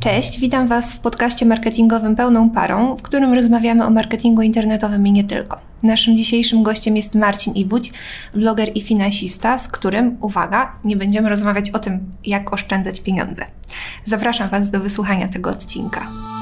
Cześć, witam Was w podcaście marketingowym Pełną Parą, w którym rozmawiamy o marketingu internetowym i nie tylko. Naszym dzisiejszym gościem jest Marcin Iwódź, bloger i finansista, z którym, uwaga, nie będziemy rozmawiać o tym, jak oszczędzać pieniądze. Zapraszam Was do wysłuchania tego odcinka.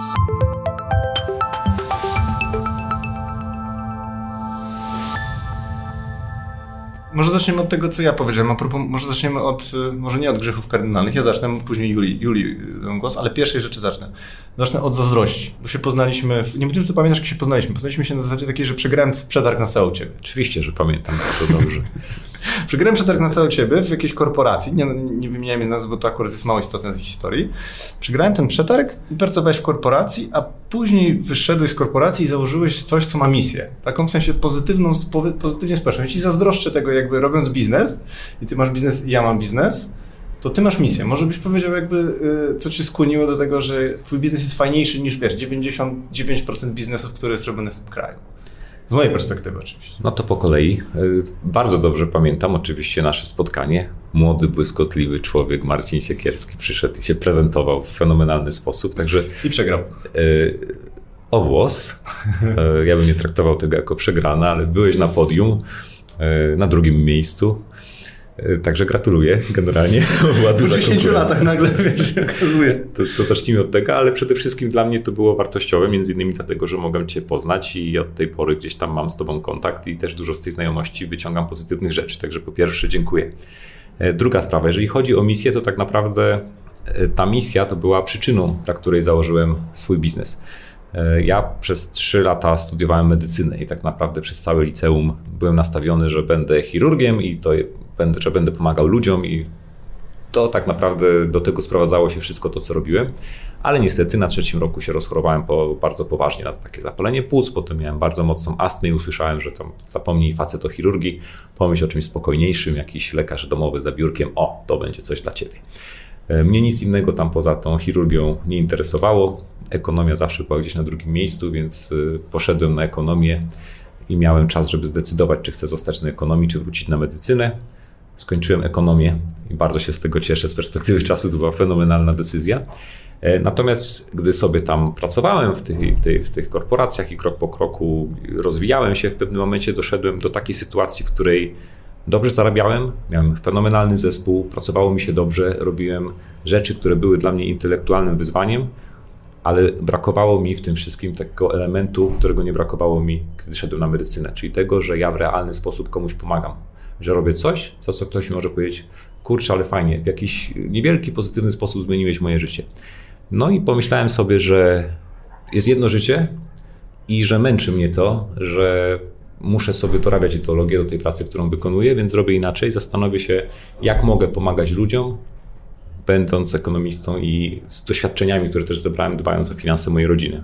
Może zaczniemy od tego, co ja powiedziałem. A propos, może zaczniemy może nie od grzechów kardynalnych. Ja zacznę, później Julii dam głos, ale pierwszej rzeczy zacznę. Zacznę od zazdrości, bo się poznaliśmy, nie wiem, czy to pamiętasz, jak się poznaliśmy. Poznaliśmy się na zasadzie takiej, że przegrałem przetarg na SEO u Ciebie. Oczywiście, że pamiętam to dobrze. Przegrałem przetarg na SEO u Ciebie w jakiejś korporacji. Nie wymieniałem z nazwy, bo to akurat jest mało istotne w tej historii. Przegrałem ten przetarg i pracowałeś w korporacji, a później wyszedłeś z korporacji i założyłeś coś, co ma misję. Taką w sensie pozytywnie społeczną. Ja Ci zazdroszczę tego, jakby robiąc biznes i Ty masz biznes i ja mam biznes, to Ty masz misję. Może byś powiedział, co Cię skłoniło do tego, że Twój biznes jest fajniejszy niż, 99% biznesów, które jest robione w tym kraju. Z mojej perspektywy oczywiście. No to po kolei. Bardzo dobrze pamiętam oczywiście nasze spotkanie. Młody, błyskotliwy człowiek Marcin Siekierski przyszedł i się prezentował w fenomenalny sposób. Także i przegrał. O włos. Ja bym nie traktował tego jako przegrana, ale byłeś na podium, na drugim miejscu. Także gratuluję generalnie. Po 10 latach nagle się okazuje. To zacznijmy od tego, ale przede wszystkim dla mnie to było wartościowe, między innymi dlatego, że mogłem Cię poznać i od tej pory gdzieś tam mam z Tobą kontakt i też dużo z tej znajomości wyciągam pozytywnych rzeczy. Także po pierwsze dziękuję. Druga sprawa, jeżeli chodzi o misję, to tak naprawdę ta misja to była przyczyną, dla której założyłem swój biznes. Ja przez 3 lata studiowałem medycynę i tak naprawdę przez całe liceum byłem nastawiony, że będę chirurgiem i że będę pomagał ludziom i to tak naprawdę do tego sprowadzało się wszystko to, co robiłem. Ale niestety na 3. roku się rozchorowałem bardzo poważnie na takie zapalenie płuc, potem miałem bardzo mocną astmę i usłyszałem, że tam zapomnij facet o chirurgii, pomyśl o czymś spokojniejszym, jakiś lekarz domowy za biurkiem, to będzie coś dla Ciebie. Mnie nic innego tam poza tą chirurgią nie interesowało. Ekonomia zawsze była gdzieś na drugim miejscu, więc poszedłem na ekonomię i miałem czas, żeby zdecydować, czy chcę zostać na ekonomii, czy wrócić na medycynę. Skończyłem ekonomię i bardzo się z tego cieszę. Z perspektywy czasu to była fenomenalna decyzja. Natomiast gdy sobie tam pracowałem w tych korporacjach i krok po kroku rozwijałem się, w pewnym momencie doszedłem do takiej sytuacji, w której dobrze zarabiałem, miałem fenomenalny zespół, pracowało mi się dobrze, robiłem rzeczy, które były dla mnie intelektualnym wyzwaniem, ale brakowało mi w tym wszystkim takiego elementu, którego nie brakowało mi, kiedy szedłem na medycynę, czyli tego, że ja w realny sposób komuś pomagam, że robię coś, za co ktoś mi może powiedzieć, kurczę, ale fajnie, w jakiś niewielki, pozytywny sposób zmieniłeś moje życie. No i pomyślałem sobie, że jest jedno życie i że męczy mnie to, że muszę sobie dorabiać ideologię do tej pracy, którą wykonuję, więc robię inaczej, zastanowię się, jak mogę pomagać ludziom, będąc ekonomistą i z doświadczeniami, które też zebrałem, dbając o finanse mojej rodziny.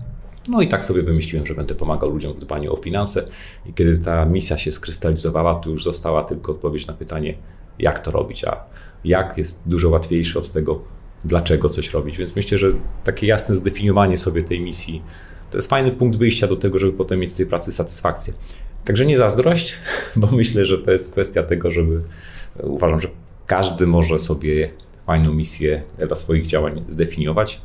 No i tak sobie wymyśliłem, że będę pomagał ludziom w dbaniu o finanse i kiedy ta misja się skrystalizowała, to już została tylko odpowiedź na pytanie, jak to robić, a jak jest dużo łatwiejsze od tego, dlaczego coś robić. Więc myślę, że takie jasne zdefiniowanie sobie tej misji to jest fajny punkt wyjścia do tego, żeby potem mieć z tej pracy satysfakcję. Także nie zazdrość, bo myślę, że to jest kwestia tego, uważam, że każdy może sobie fajną misję dla swoich działań zdefiniować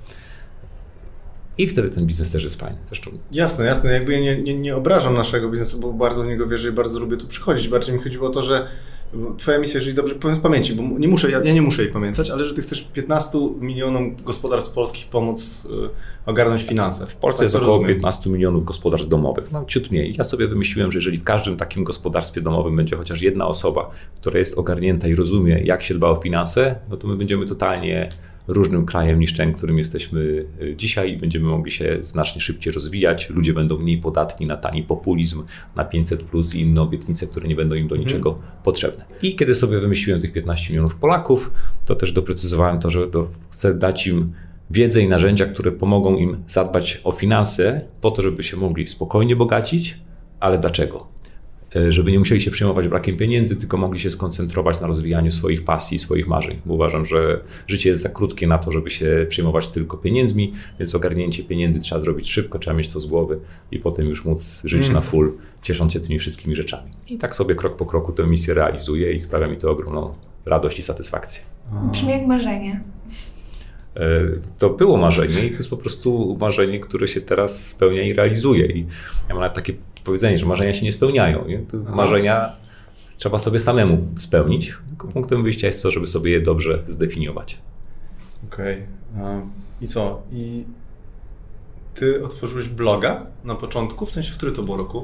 i wtedy ten biznes też jest fajny. Zresztą... Jasne. Jakby ja nie obrażam naszego biznesu, bo bardzo w niego wierzę i bardzo lubię tu przychodzić. Bardziej mi chodziło o to, że Twoja misja, jeżeli dobrze powiem z pamięci, bo ja nie muszę jej pamiętać, ale że Ty chcesz 15 milionom gospodarstw polskich pomóc ogarnąć finanse. W Polsce jest około 15 milionów gospodarstw domowych, ciut mniej. Ja sobie wymyśliłem, że jeżeli w każdym takim gospodarstwie domowym będzie chociaż jedna osoba, która jest ogarnięta i rozumie, jak się dba o finanse, no to my będziemy totalnie różnym krajem niż ten, którym jesteśmy dzisiaj i będziemy mogli się znacznie szybciej rozwijać. Ludzie będą mniej podatni na tani populizm, na 500+ i inne obietnice, które nie będą im do niczego potrzebne. I kiedy sobie wymyśliłem tych 15 milionów Polaków, to też doprecyzowałem to, że chcę dać im wiedzę i narzędzia, które pomogą im zadbać o finanse po to, żeby się mogli spokojnie bogacić, ale dlaczego? Żeby nie musieli się przejmować brakiem pieniędzy, tylko mogli się skoncentrować na rozwijaniu swoich pasji i swoich marzeń. Bo uważam, że życie jest za krótkie na to, żeby się przejmować tylko pieniędzmi, więc ogarnięcie pieniędzy trzeba zrobić szybko, trzeba mieć to z głowy i potem już móc żyć na full, ciesząc się tymi wszystkimi rzeczami. I tak sobie krok po kroku tę misję realizuję i sprawia mi to ogromną radość i satysfakcję. Brzmi jak marzenie. To było marzenie i to jest po prostu marzenie, które się teraz spełnia i realizuje. I ja mam nawet takie powiedzenie, że marzenia się nie spełniają. Nie? Marzenia trzeba sobie samemu spełnić. Tylko punktem wyjścia jest to, żeby sobie je dobrze zdefiniować. Okej. I co? I ty otworzyłeś bloga na początku? W sensie, w który to było roku?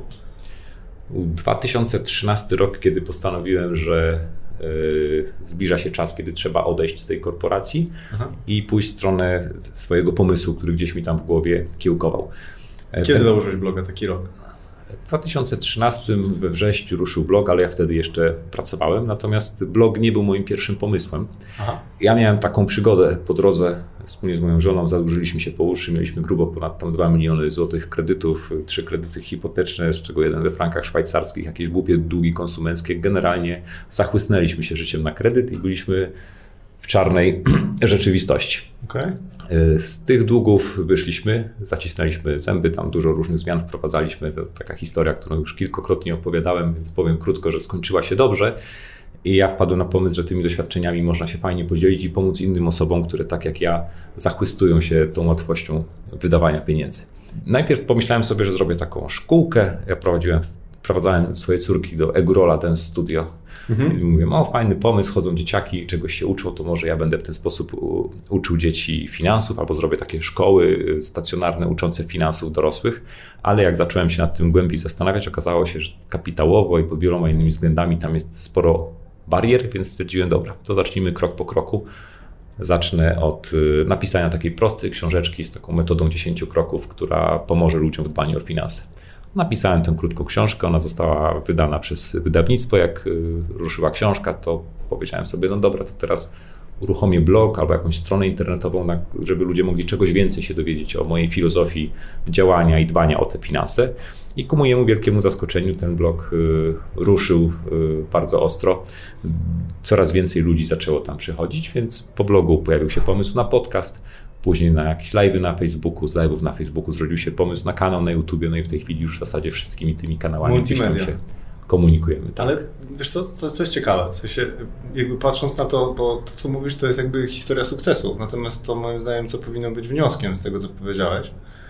2013 rok, kiedy postanowiłem, że zbliża się czas, kiedy trzeba odejść z tej korporacji i pójść w stronę swojego pomysłu, który gdzieś mi tam w głowie kiełkował. Kiedy założyłeś bloga, taki rok? W 2013 we wrześniu ruszył blog, ale ja wtedy jeszcze pracowałem, natomiast blog nie był moim pierwszym pomysłem. Ja miałem taką przygodę po drodze, wspólnie z moją żoną zadłużyliśmy się po uszy, mieliśmy grubo ponad tam 2 miliony złotych kredytów, 3 kredyty hipoteczne, z czego jeden we frankach szwajcarskich, jakieś głupie długi konsumenckie. Generalnie zachłysnęliśmy się życiem na kredyt i byliśmy w czarnej rzeczywistości. Okay. Z tych długów wyszliśmy, zacisnęliśmy zęby, tam dużo różnych zmian wprowadzaliśmy. To taka historia, którą już kilkakrotnie opowiadałem, więc powiem krótko, że skończyła się dobrze. I ja wpadłem na pomysł, że tymi doświadczeniami można się fajnie podzielić i pomóc innym osobom, które tak jak ja zachwystują się tą łatwością wydawania pieniędzy. Najpierw pomyślałem sobie, że zrobię taką szkółkę. Ja wprowadzałem swoje córki do Egrola Dance Studio. I mówię, fajny pomysł, chodzą dzieciaki, czegoś się uczą, to może ja będę w ten sposób uczył dzieci finansów, albo zrobię takie szkoły stacjonarne uczące finansów dorosłych, ale jak zacząłem się nad tym głębiej zastanawiać, okazało się, że kapitałowo i pod wieloma innymi względami tam jest sporo barier, więc stwierdziłem, dobra, to zacznijmy krok po kroku. Zacznę od napisania takiej prostej książeczki z taką metodą 10 kroków, która pomoże ludziom w dbaniu o finanse. Napisałem tę krótką książkę, ona została wydana przez wydawnictwo. Jak ruszyła książka, to powiedziałem sobie, no dobra, to teraz uruchomię blog albo jakąś stronę internetową, żeby ludzie mogli czegoś więcej się dowiedzieć o mojej filozofii działania i dbania o te finanse. I ku mojemu wielkiemu zaskoczeniu ten blog ruszył bardzo ostro. Coraz więcej ludzi zaczęło tam przychodzić, więc po blogu pojawił się pomysł na podcast. Później na jakieś live'y na Facebooku, z live'ów na Facebooku zrodził się pomysł na kanał na YouTubie, no i w tej chwili już w zasadzie wszystkimi tymi kanałami gdzieś tam się komunikujemy. Tak. Ale wiesz co jest ciekawe, w sensie jakby patrząc na to, bo to co mówisz to jest jakby historia sukcesu, natomiast to moim zdaniem co powinno być wnioskiem z tego co powiedziałeś.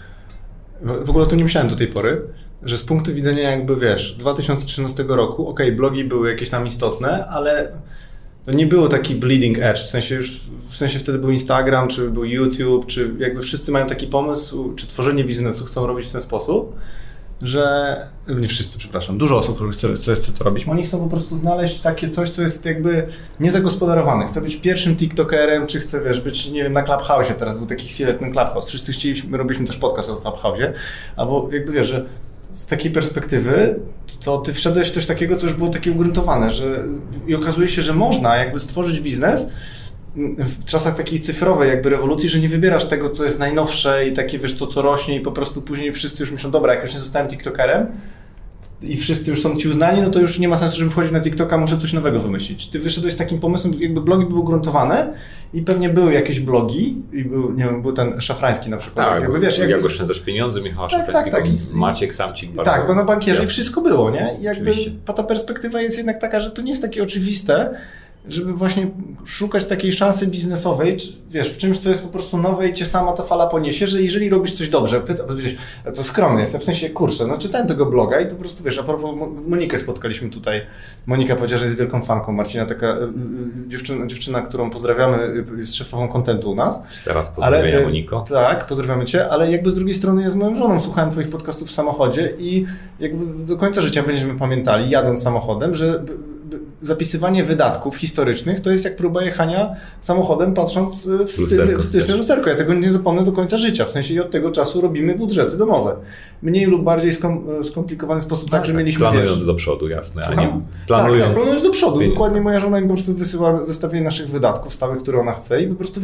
W ogóle to nie myślałem do tej pory, że z punktu widzenia jakby 2013 roku, blogi były jakieś tam istotne, ale to nie było taki bleeding edge, w sensie wtedy był Instagram, czy był YouTube, czy jakby wszyscy mają taki pomysł, czy tworzenie biznesu chcą robić w ten sposób, że, nie wszyscy, przepraszam, dużo osób chce to robić, oni chcą po prostu znaleźć takie coś, co jest jakby niezagospodarowane. Chce być pierwszym TikTokerem, czy chce, być, nie wiem, na Clubhouse'ie, teraz był taki chwilę ten Clubhouse, wszyscy chcieliśmy, robiliśmy też podcast o Clubhouse'ie, albo jakby że z takiej perspektywy, to ty wszedłeś w coś takiego, co już było takie ugruntowane, i okazuje się, że można jakby stworzyć biznes w czasach takiej cyfrowej jakby rewolucji, że nie wybierasz tego, co jest najnowsze i takie, to co rośnie i po prostu później wszyscy już myślą, dobra, jak już nie zostałem TikTokerem i wszyscy już są ci uznani, no to już nie ma sensu, żebym wchodził na TikToka, muszę coś nowego wymyślić. Ty wyszedłeś z takim pomysłem, jakby blogi były ugruntowane i pewnie były jakieś blogi i był ten Szafrański na przykład. Tak, jak oszczędzać pieniądze, Michała Szafrańskiego, Maciek Samcik. Bardzo tak, bo na bankierze i wszystko było, nie? I jakby ta perspektywa jest jednak taka, że to nie jest takie oczywiste, żeby właśnie szukać takiej szansy biznesowej, w czymś, co jest po prostu nowe i cię sama ta fala poniesie, że jeżeli robisz coś dobrze, to skromnie jest, w sensie, czytałem tego bloga i po prostu, a propos Monikę spotkaliśmy tutaj, Monika powiedziała, że jest wielką fanką Marcina, taka dziewczyna, którą pozdrawiamy, jest szefową kontentu u nas. Teraz pozdrawiam Moniko. Tak, pozdrawiamy cię, ale jakby z drugiej strony ja z moją żoną słuchałem twoich podcastów w samochodzie i jakby do końca życia będziemy pamiętali, jadąc samochodem, że zapisywanie wydatków historycznych to jest jak próba jechania samochodem patrząc w styczne lusterko. Ja tego nie zapomnę do końca życia. W sensie i od tego czasu robimy budżety domowe. Mniej lub bardziej skomplikowany sposób, tak, że mieliśmy... Planując do przodu, jasne, a nie planując... planując do przodu. Dokładnie moja żona mi po prostu wysyła zestawienie naszych wydatków stałych, które ona chce i po prostu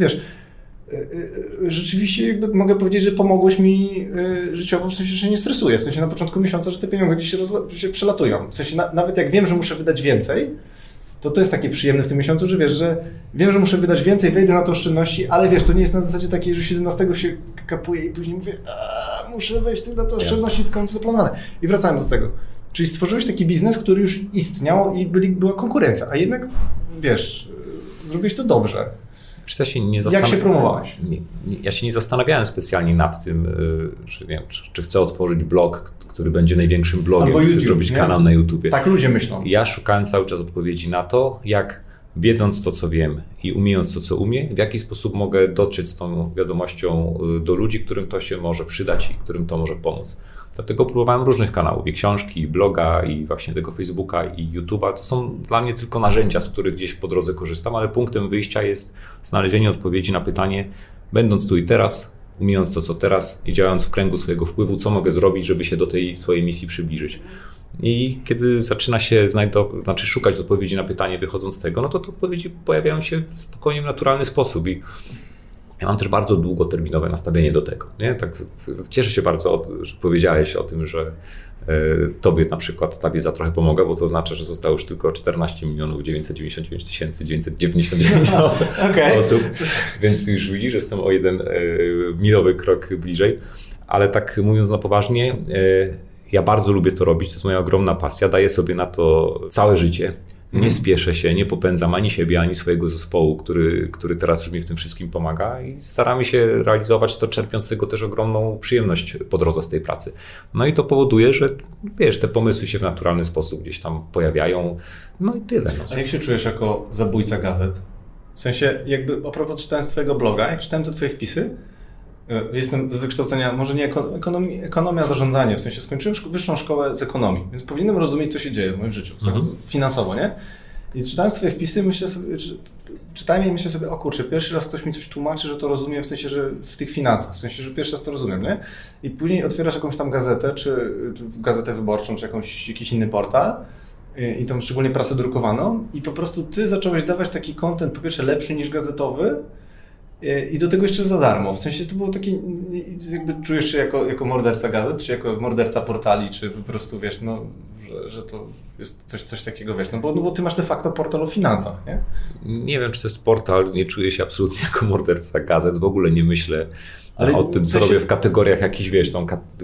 rzeczywiście jakby mogę powiedzieć, że pomogłeś mi życiowo, w sensie, że się nie stresuję. W sensie na początku miesiąca, że te pieniądze gdzieś się przelatują. W sensie nawet jak wiem, że muszę wydać więcej, to jest takie przyjemne w tym miesiącu, że że wiem, że muszę wydać więcej, wejdę na to oszczędności, ale to nie jest na zasadzie takiej, że 17 się kapuje i później mówię, muszę wejść na to oszczędności, tylko mam to zaplanowane. I wracałem do tego. Czyli stworzyłeś taki biznes, który już istniał i była konkurencja, a jednak, zrobiłeś to dobrze. Ja się nie Jak się promowałeś? Ja się nie zastanawiałem specjalnie nad tym, że nie wiem, czy chcę otworzyć blog, który będzie największym blogiem, czy chcę zrobić kanał na YouTubie. Tak ludzie myślą. Ja szukałem cały czas odpowiedzi na to, jak wiedząc to, co wiem i umiejąc to, co umiem, w jaki sposób mogę dotrzeć z tą wiadomością do ludzi, którym to się może przydać i którym to może pomóc. Dlatego próbowałem różnych kanałów, i książki, i bloga, i właśnie tego Facebooka, i YouTube'a. To są dla mnie tylko narzędzia, z których gdzieś po drodze korzystam, ale punktem wyjścia jest znalezienie odpowiedzi na pytanie, będąc tu i teraz, umiejąc to, co teraz i działając w kręgu swojego wpływu, co mogę zrobić, żeby się do tej swojej misji przybliżyć. I kiedy zaczyna się szukać odpowiedzi na pytanie wychodząc z tego, no to te odpowiedzi pojawiają się w spokojnie, naturalny sposób. I ja mam też bardzo długoterminowe nastawienie do tego. Nie? Tak, cieszę się bardzo, że powiedziałeś o tym, że tobie na przykład ta wiedza trochę pomogła, bo to oznacza, że zostało już tylko 14 999 999 osób, więc już widzisz, że jestem o jeden milowy krok bliżej. Ale tak mówiąc na poważnie, ja bardzo lubię to robić, to jest moja ogromna pasja, daję sobie na to całe życie. Nie spieszę się, nie popędzam ani siebie, ani swojego zespołu, który teraz już mi w tym wszystkim pomaga i staramy się realizować to, czerpiąc z tego też ogromną przyjemność po drodze z tej pracy. No i to powoduje, że wiesz, te pomysły się w naturalny sposób gdzieś tam pojawiają, no i tyle. No. A jak się czujesz jako zabójca gazet? W sensie, jakby a propos czytając twojego bloga, jak czytałem te twoje wpisy, jestem z wykształcenia, może nie ekonomia, zarządzanie, w sensie skończyłem wyższą szkołę z ekonomii, więc powinienem rozumieć, co się dzieje w moim życiu, finansowo, nie? I czytając swoje wpisy, czytałem i myślę sobie, o kurczę, pierwszy raz ktoś mi coś tłumaczy, że to rozumiem, w sensie, że w tych finansach, w sensie, że pierwszy raz to rozumiem, nie? I później otwierasz jakąś tam gazetę, czy gazetę wyborczą, czy jakiś inny portal, i tam szczególnie prasę drukowaną i po prostu ty zacząłeś dawać taki content, po pierwsze lepszy niż gazetowy, i do tego jeszcze za darmo. W sensie to było takie, jakby czujesz się jako morderca gazet, czy jako morderca portali, czy po prostu wiesz, no, że to jest coś takiego, wiesz, no bo ty masz de facto portal o finansach, nie? Nie wiem, czy to jest portal, nie czuję się absolutnie jako morderca gazet, w ogóle nie myślę o tym, co robię w kategoriach jakichś, wiesz,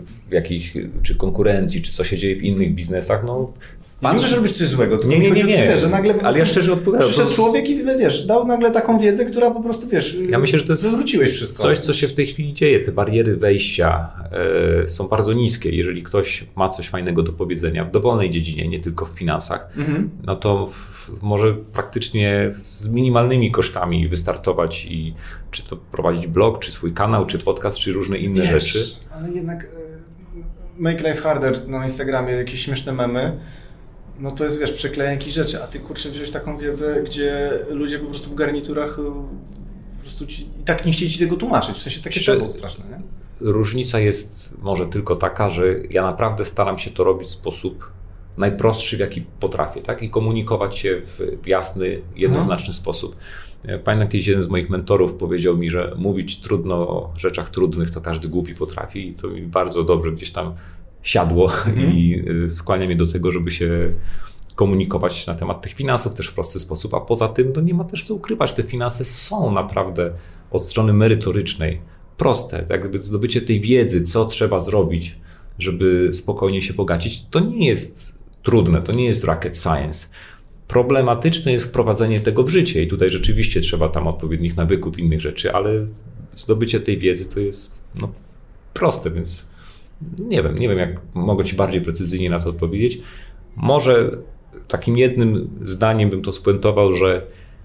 czy konkurencji, czy co się dzieje w innych biznesach, no. Nie możesz robić coś złego, tylko nie. Że nagle ale ja szczerze odpowiadam. Przyszedł człowiek i wiesz, dał nagle taką wiedzę, która po prostu, wiesz, ja myślę, że to jest zawróciłeś wszystko. Coś, co się w tej chwili dzieje. Te bariery wejścia są bardzo niskie. Jeżeli ktoś ma coś fajnego do powiedzenia w dowolnej dziedzinie, nie tylko w finansach, no to może praktycznie z minimalnymi kosztami wystartować i czy to prowadzić blog, czy swój kanał, czy podcast, czy różne inne rzeczy. Ale jednak Make Life Harder na Instagramie, jakieś śmieszne memy, no to jest, wiesz, przeklejanie jakichś rzeczy, a ty, kurczę, wziąłeś taką wiedzę, gdzie ludzie po prostu w garniturach po prostu i tak nie chcieli ci tego tłumaczyć, w sensie takie to było straszne, nie? Różnica jest może tylko taka, że ja naprawdę staram się to robić w sposób najprostszy, w jaki potrafię, tak? I komunikować się w jasny, jednoznaczny sposób. Pamiętam, kiedyś jeden z moich mentorów powiedział mi, że mówić trudno o rzeczach trudnych to każdy głupi potrafi i to mi bardzo dobrze gdzieś tam siadło i skłania mnie do tego, żeby się komunikować na temat tych finansów też w prosty sposób, a poza tym no nie ma też co ukrywać, te finanse są naprawdę od strony merytorycznej proste, jakby zdobycie tej wiedzy, co trzeba zrobić, żeby spokojnie się bogacić, to nie jest trudne, to nie jest rocket science. Problematyczne jest wprowadzenie tego w życie i tutaj rzeczywiście trzeba tam odpowiednich nawyków, innych rzeczy, ale zdobycie tej wiedzy to jest proste, więc nie wiem, jak mogę ci bardziej precyzyjnie na to odpowiedzieć. Może takim jednym zdaniem bym to spuentował, że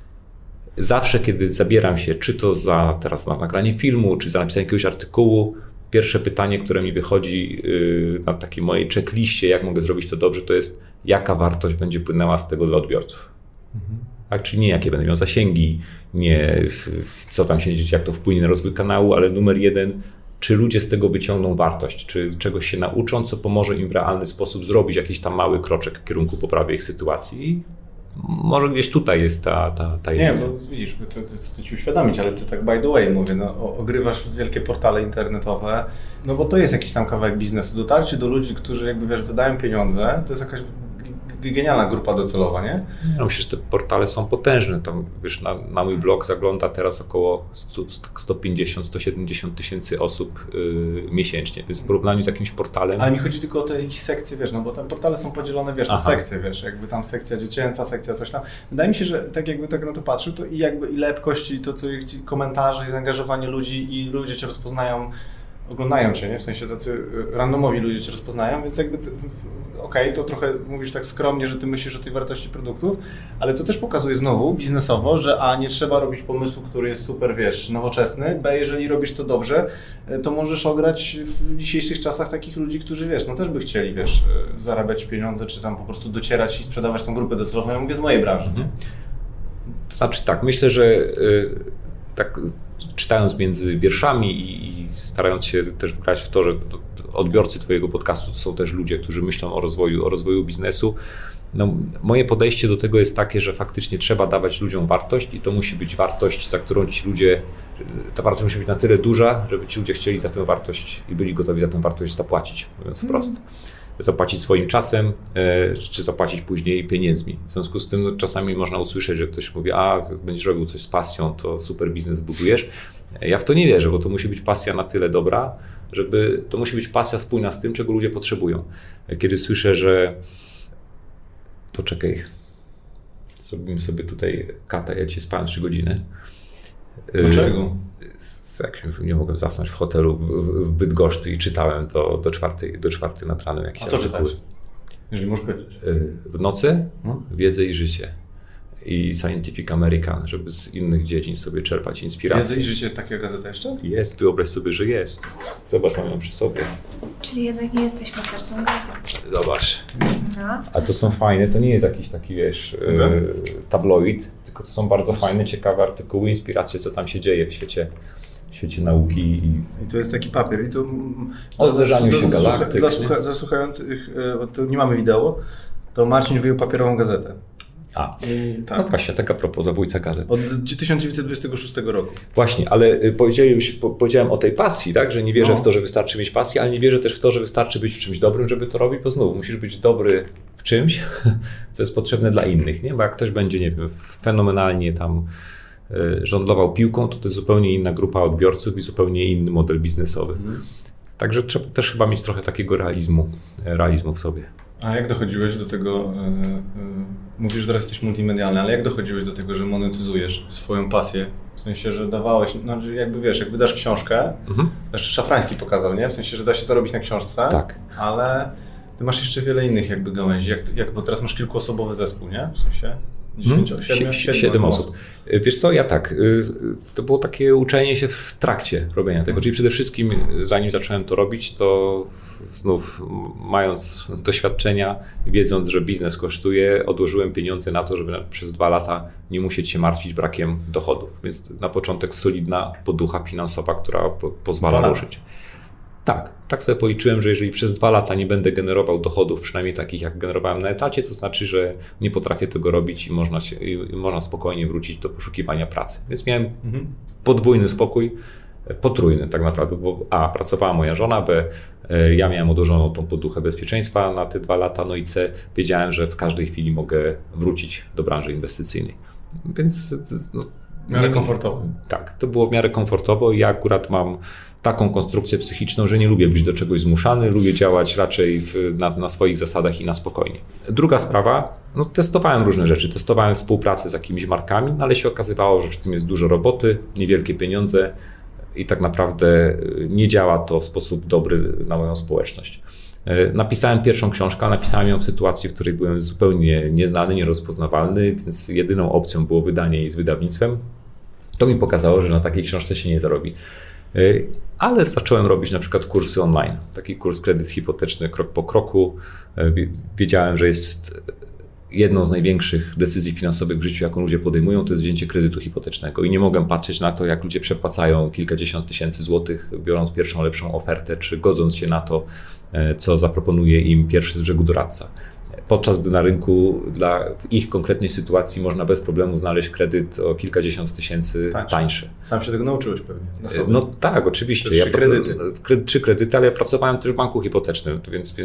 zawsze, kiedy zabieram się, czy to teraz na nagranie filmu, czy za napisanie jakiegoś artykułu, pierwsze pytanie, które mi wychodzi na takiej mojej checkliście, jak mogę zrobić to dobrze, to jest, jaka wartość będzie płynęła z tego dla odbiorców. Tak, czyli nie jakie będę miał zasięgi, nie co tam się dzieje, jak to wpłynie na rozwój kanału, ale numer jeden, czy ludzie z tego wyciągną wartość, czy czegoś się nauczą, co pomoże im w realny sposób zrobić jakiś tam mały kroczek w kierunku poprawy ich sytuacji. I może gdzieś tutaj jest ta jedynka. Nie, bo widzisz, to chcę ci uświadomić, ale ty tak by the way mówię, ogrywasz w wielkie portale internetowe, no bo to jest jakiś tam kawałek biznesu. Dotarcie do ludzi, którzy jakby, wiesz, wydają pieniądze, to jest jakaś genialna grupa docelowa, nie? Ja myślę, że te portale są potężne. Tam, wiesz, na mój blog zagląda teraz około 150-170 tysięcy osób miesięcznie, więc w porównaniu z jakimś portalem... Ale mi chodzi tylko o te ich sekcje, wiesz, no bo te portale są podzielone, wiesz, na sekcje, wiesz, jakby tam sekcja dziecięca, sekcja coś tam. Wydaje mi się, że tak jakby tak na to patrzył, to i jakby i lepkość, i to, co komentarze, i zaangażowanie ludzi, i ludzie cię rozpoznają, oglądają cię, nie? W sensie tacy randomowi ludzie cię rozpoznają, więc jakby okej, to trochę mówisz tak skromnie, że ty myślisz o tej wartości produktów, ale to też pokazuje znowu biznesowo, że nie trzeba robić pomysłu, który jest super, wiesz, nowoczesny, b jeżeli robisz to dobrze, to możesz ograć w dzisiejszych czasach takich ludzi, którzy, wiesz, no też by chcieli, wiesz, zarabiać pieniądze, czy tam po prostu docierać i sprzedawać tą grupę docelową. Ja mówię z mojej branży. To znaczy tak, myślę, że tak czytając między wierszami i starając się też wgrać w to, że odbiorcy twojego podcastu to są też ludzie, którzy myślą o rozwoju biznesu. No, moje podejście do tego jest takie, że faktycznie trzeba dawać ludziom wartość i to musi być wartość, za którą ci ludzie, ta wartość musi być na tyle duża, żeby ci ludzie chcieli za tę wartość i byli gotowi za tę wartość zapłacić, mówiąc wprost. Zapłacić swoim czasem, czy zapłacić później pieniędzmi. W związku z tym czasami można usłyszeć, że ktoś mówi, będziesz robił coś z pasją, to super biznes budujesz. Ja w to nie wierzę, bo to musi być pasja na tyle dobra, to musi być pasja spójna z tym, czego ludzie potrzebują. Kiedy słyszę, że poczekaj, zrobimy sobie tutaj kata, ja dzisiaj spałem 3 godziny. Dlaczego? Nie mogłem zasnąć w hotelu w Bydgoszczy i czytałem do 4 nad ranem jakieś artykuły. A co czytałeś? Jeżeli możesz powiedzieć. W nocy Wiedzę i życie i Scientific American, żeby z innych dziedzin sobie czerpać inspirację. Wiedzę i życie jest taka gazeta jeszcze? Jest, wyobraź sobie, że jest. Zobacz, mam ją przy sobie. Czyli jednak nie jesteś mordercą gazet. Zobacz. No. A to są fajne, to nie jest jakiś taki, wiesz, tabloid, tylko to są bardzo fajne, ciekawe artykuły, inspiracje, co tam się dzieje w świecie nauki. I to jest taki papier. I to o zderzaniu się galaktyk. Dla słuchających, to nie mamy wideo, to Marcin wyjął papierową gazetę. Tak. No właśnie, taka propos zabójca gazet. Od 1926 roku. Właśnie, ale powiedziałem o tej pasji, tak? Że nie wierzę w to, że wystarczy mieć pasję, ale nie wierzę też w to, że wystarczy być w czymś dobrym, żeby to robić, bo znowu musisz być dobry w czymś, co jest potrzebne dla innych, nie? Bo jak ktoś będzie, nie wiem, fenomenalnie tam żonglował piłką, to jest zupełnie inna grupa odbiorców i zupełnie inny model biznesowy. Także trzeba też chyba mieć trochę takiego realizmu w sobie. A jak dochodziłeś do tego, mówisz, że teraz jesteś multimedialny, ale jak dochodziłeś do tego, że monetyzujesz swoją pasję? W sensie, że dawałeś, no jakby wiesz, jak wydasz książkę, jeszcze Szafrański pokazał, nie? W sensie, że da się zarobić na książce, tak. Ale ty masz jeszcze wiele innych jakby gałęzi, bo teraz masz kilkuosobowy zespół, nie? W sensie... 7 osób. Wiesz co, ja tak, to było takie uczenie się w trakcie robienia tego, czyli przede wszystkim zanim zacząłem to robić, to znów mając doświadczenia, wiedząc, że biznes kosztuje, odłożyłem pieniądze na to, żeby przez 2 lata nie musieć się martwić brakiem dochodów, więc na początek solidna poducha finansowa, która pozwala ruszyć. Tak sobie policzyłem, że jeżeli przez 2 lata nie będę generował dochodów, przynajmniej takich jak generowałem na etacie, to znaczy, że nie potrafię tego robić i można spokojnie wrócić do poszukiwania pracy. Więc miałem podwójny spokój, potrójny tak naprawdę, bo A, pracowała moja żona, B, ja miałem odłożoną tą poduchę bezpieczeństwa na te 2 lata, no i C, wiedziałem, że w każdej chwili mogę wrócić do branży inwestycyjnej. Więc... w miarę komfortowo. Tak, to było w miarę komfortowo i ja akurat mam taką konstrukcję psychiczną, że nie lubię być do czegoś zmuszany, lubię działać raczej na swoich zasadach i na spokojnie. Druga sprawa, testowałem różne rzeczy, testowałem współpracę z jakimiś markami, ale się okazywało, że w tym jest dużo roboty, niewielkie pieniądze i tak naprawdę nie działa to w sposób dobry na moją społeczność. Napisałem pierwszą książkę, napisałem ją w sytuacji, w której byłem zupełnie nieznany, nierozpoznawalny, więc jedyną opcją było wydanie jej z wydawnictwem. To mi pokazało, że na takiej książce się nie zarobi. Ale zacząłem robić na przykład kursy online. Taki kurs kredyt hipoteczny krok po kroku. Wiedziałem, że jest jedną z największych decyzji finansowych w życiu, jaką ludzie podejmują, to jest wzięcie kredytu hipotecznego. I nie mogę patrzeć na to, jak ludzie przepłacają kilkadziesiąt tysięcy złotych, biorąc pierwszą lepszą ofertę, czy godząc się na to, co zaproponuje im pierwszy z brzegu doradca. podczas gdy na rynku w ich konkretnej sytuacji można bez problemu znaleźć kredyt o kilkadziesiąt tysięcy tańszy. Sam się tego nauczyłeś pewnie na sobie. No tak, oczywiście. Trzy kredyty, ale ja pracowałem też w banku hipotecznym,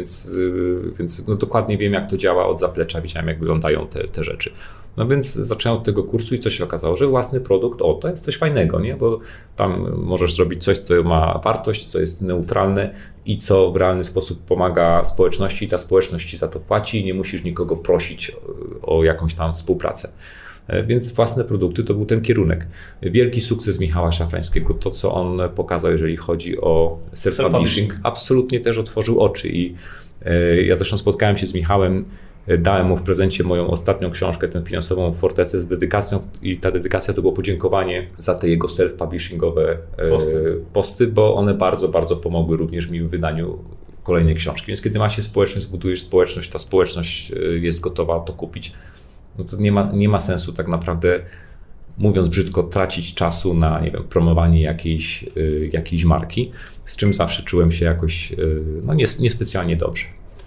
więc no dokładnie wiem, jak to działa od zaplecza, widziałem, jak wyglądają te rzeczy. No więc zacząłem od tego kursu i co się okazało, że własny produkt, to jest coś fajnego, nie? Bo tam możesz zrobić coś, co ma wartość, co jest neutralne i co w realny sposób pomaga społeczności i ta społeczność ci za to płaci i nie musisz nikogo prosić o jakąś tam współpracę. Więc własne produkty to był ten kierunek. Wielki sukces Michała Szafrańskiego, to co on pokazał, jeżeli chodzi o self-publishing, absolutnie też otworzył oczy i ja zresztą spotkałem się z Michałem, dałem mu w prezencie moją ostatnią książkę, tę finansową fortecę z dedykacją i ta dedykacja to było podziękowanie za te jego self-publishingowe posty, bo one bardzo, bardzo pomogły również mi w wydaniu kolejnej książki. Więc kiedy ma się społeczność, zbudujesz społeczność, ta społeczność jest gotowa to kupić, no to nie ma sensu tak naprawdę, mówiąc brzydko, tracić czasu na, nie wiem, promowanie jakiejś marki, z czym zawsze czułem się jakoś niespecjalnie dobrze.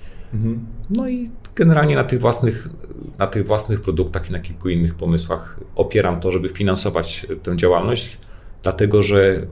No i generalnie na tych własnych produktach i na kilku innych pomysłach opieram to, żeby finansować tę działalność, dlatego że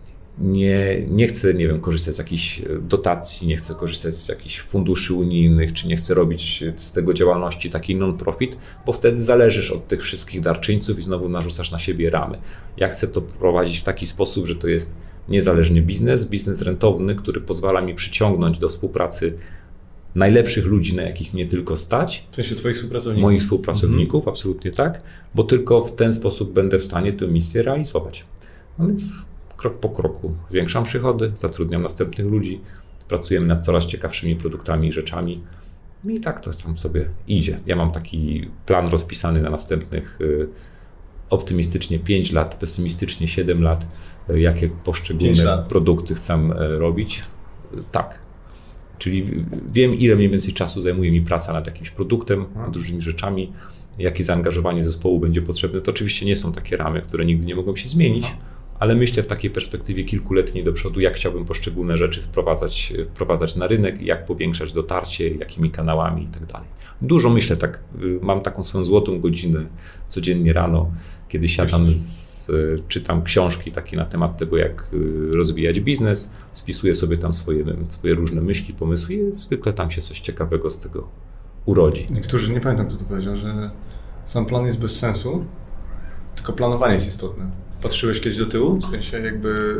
nie chcę, nie wiem, korzystać z jakichś dotacji, nie chcę korzystać z jakichś funduszy unijnych, czy nie chcę robić z tego działalności takiej non-profit, bo wtedy zależysz od tych wszystkich darczyńców i znowu narzucasz na siebie ramy. Ja chcę to prowadzić w taki sposób, że to jest niezależny biznes rentowny, który pozwala mi przyciągnąć do współpracy najlepszych ludzi, na jakich mnie tylko stać. W sensie twoich współpracowników? Moich współpracowników, absolutnie tak, bo tylko w ten sposób będę w stanie tę misję realizować. No więc krok po kroku zwiększam przychody, zatrudniam następnych ludzi, pracujemy nad coraz ciekawszymi produktami i rzeczami i tak to tam sobie idzie. Ja mam taki plan rozpisany na następnych optymistycznie 5 lat, pesymistycznie 7 lat, jakie poszczególne produkty chcę robić. Tak. Czyli wiem, ile mniej więcej czasu zajmuje mi praca nad jakimś produktem, nad różnymi rzeczami, jakie zaangażowanie zespołu będzie potrzebne. To oczywiście nie są takie ramy, które nigdy nie mogą się zmienić, ale myślę w takiej perspektywie kilkuletniej do przodu, jak chciałbym poszczególne rzeczy wprowadzać na rynek, jak powiększać dotarcie, jakimi kanałami i tak dalej. Dużo myślę, mam taką swoją złotą godzinę codziennie rano, kiedy siadam, czytam książki takie na temat tego, jak rozwijać biznes, spisuję sobie tam swoje różne myśli, pomysły i zwykle tam się coś ciekawego z tego urodzi. Niektórzy, nie pamiętam kto to powiedział, że sam plan jest bez sensu, tylko planowanie jest istotne. Patrzyłeś kiedyś do tyłu? W sensie jakby...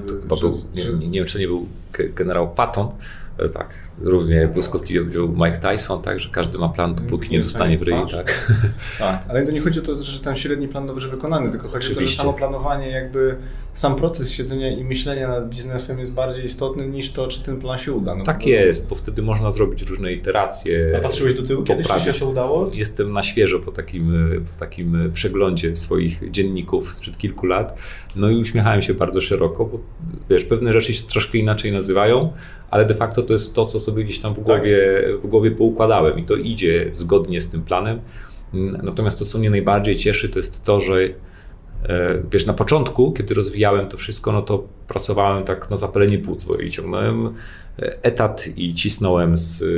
Nie wiem, czy nie był generał Patton, tak, równie błyskotliwie był Mike Tyson, tak, że każdy ma plan, dopóki nie dostanie w ryj, tak. Tak, ale to nie chodzi o to, że ten średni plan dobrze wykonany, tylko chodzi o to, że samo planowanie, jakby sam proces siedzenia i myślenia nad biznesem jest bardziej istotny niż to, czy ten plan się uda. No, tak jest, bo wtedy można zrobić różne iteracje. A patrzyłeś do tyłu kiedyś, czy się to udało? Jestem na świeżo po takim przeglądzie swoich dzienników sprzed kilku lat, no i uśmiechałem się bardzo szeroko, bo wiesz, pewne rzeczy się troszkę inaczej nazywają, ale de facto to jest to, co sobie gdzieś tam w głowie poukładałem i to idzie zgodnie z tym planem. Natomiast to, co mnie najbardziej cieszy, to jest to, że wiesz, na początku, kiedy rozwijałem to wszystko, no to pracowałem tak na zapalenie płuc, bo i ciągnąłem etat i cisnąłem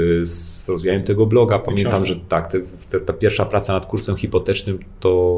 z rozwijaniem tego bloga. Pamiętam, że tak, ta pierwsza praca nad kursem hipotecznym, to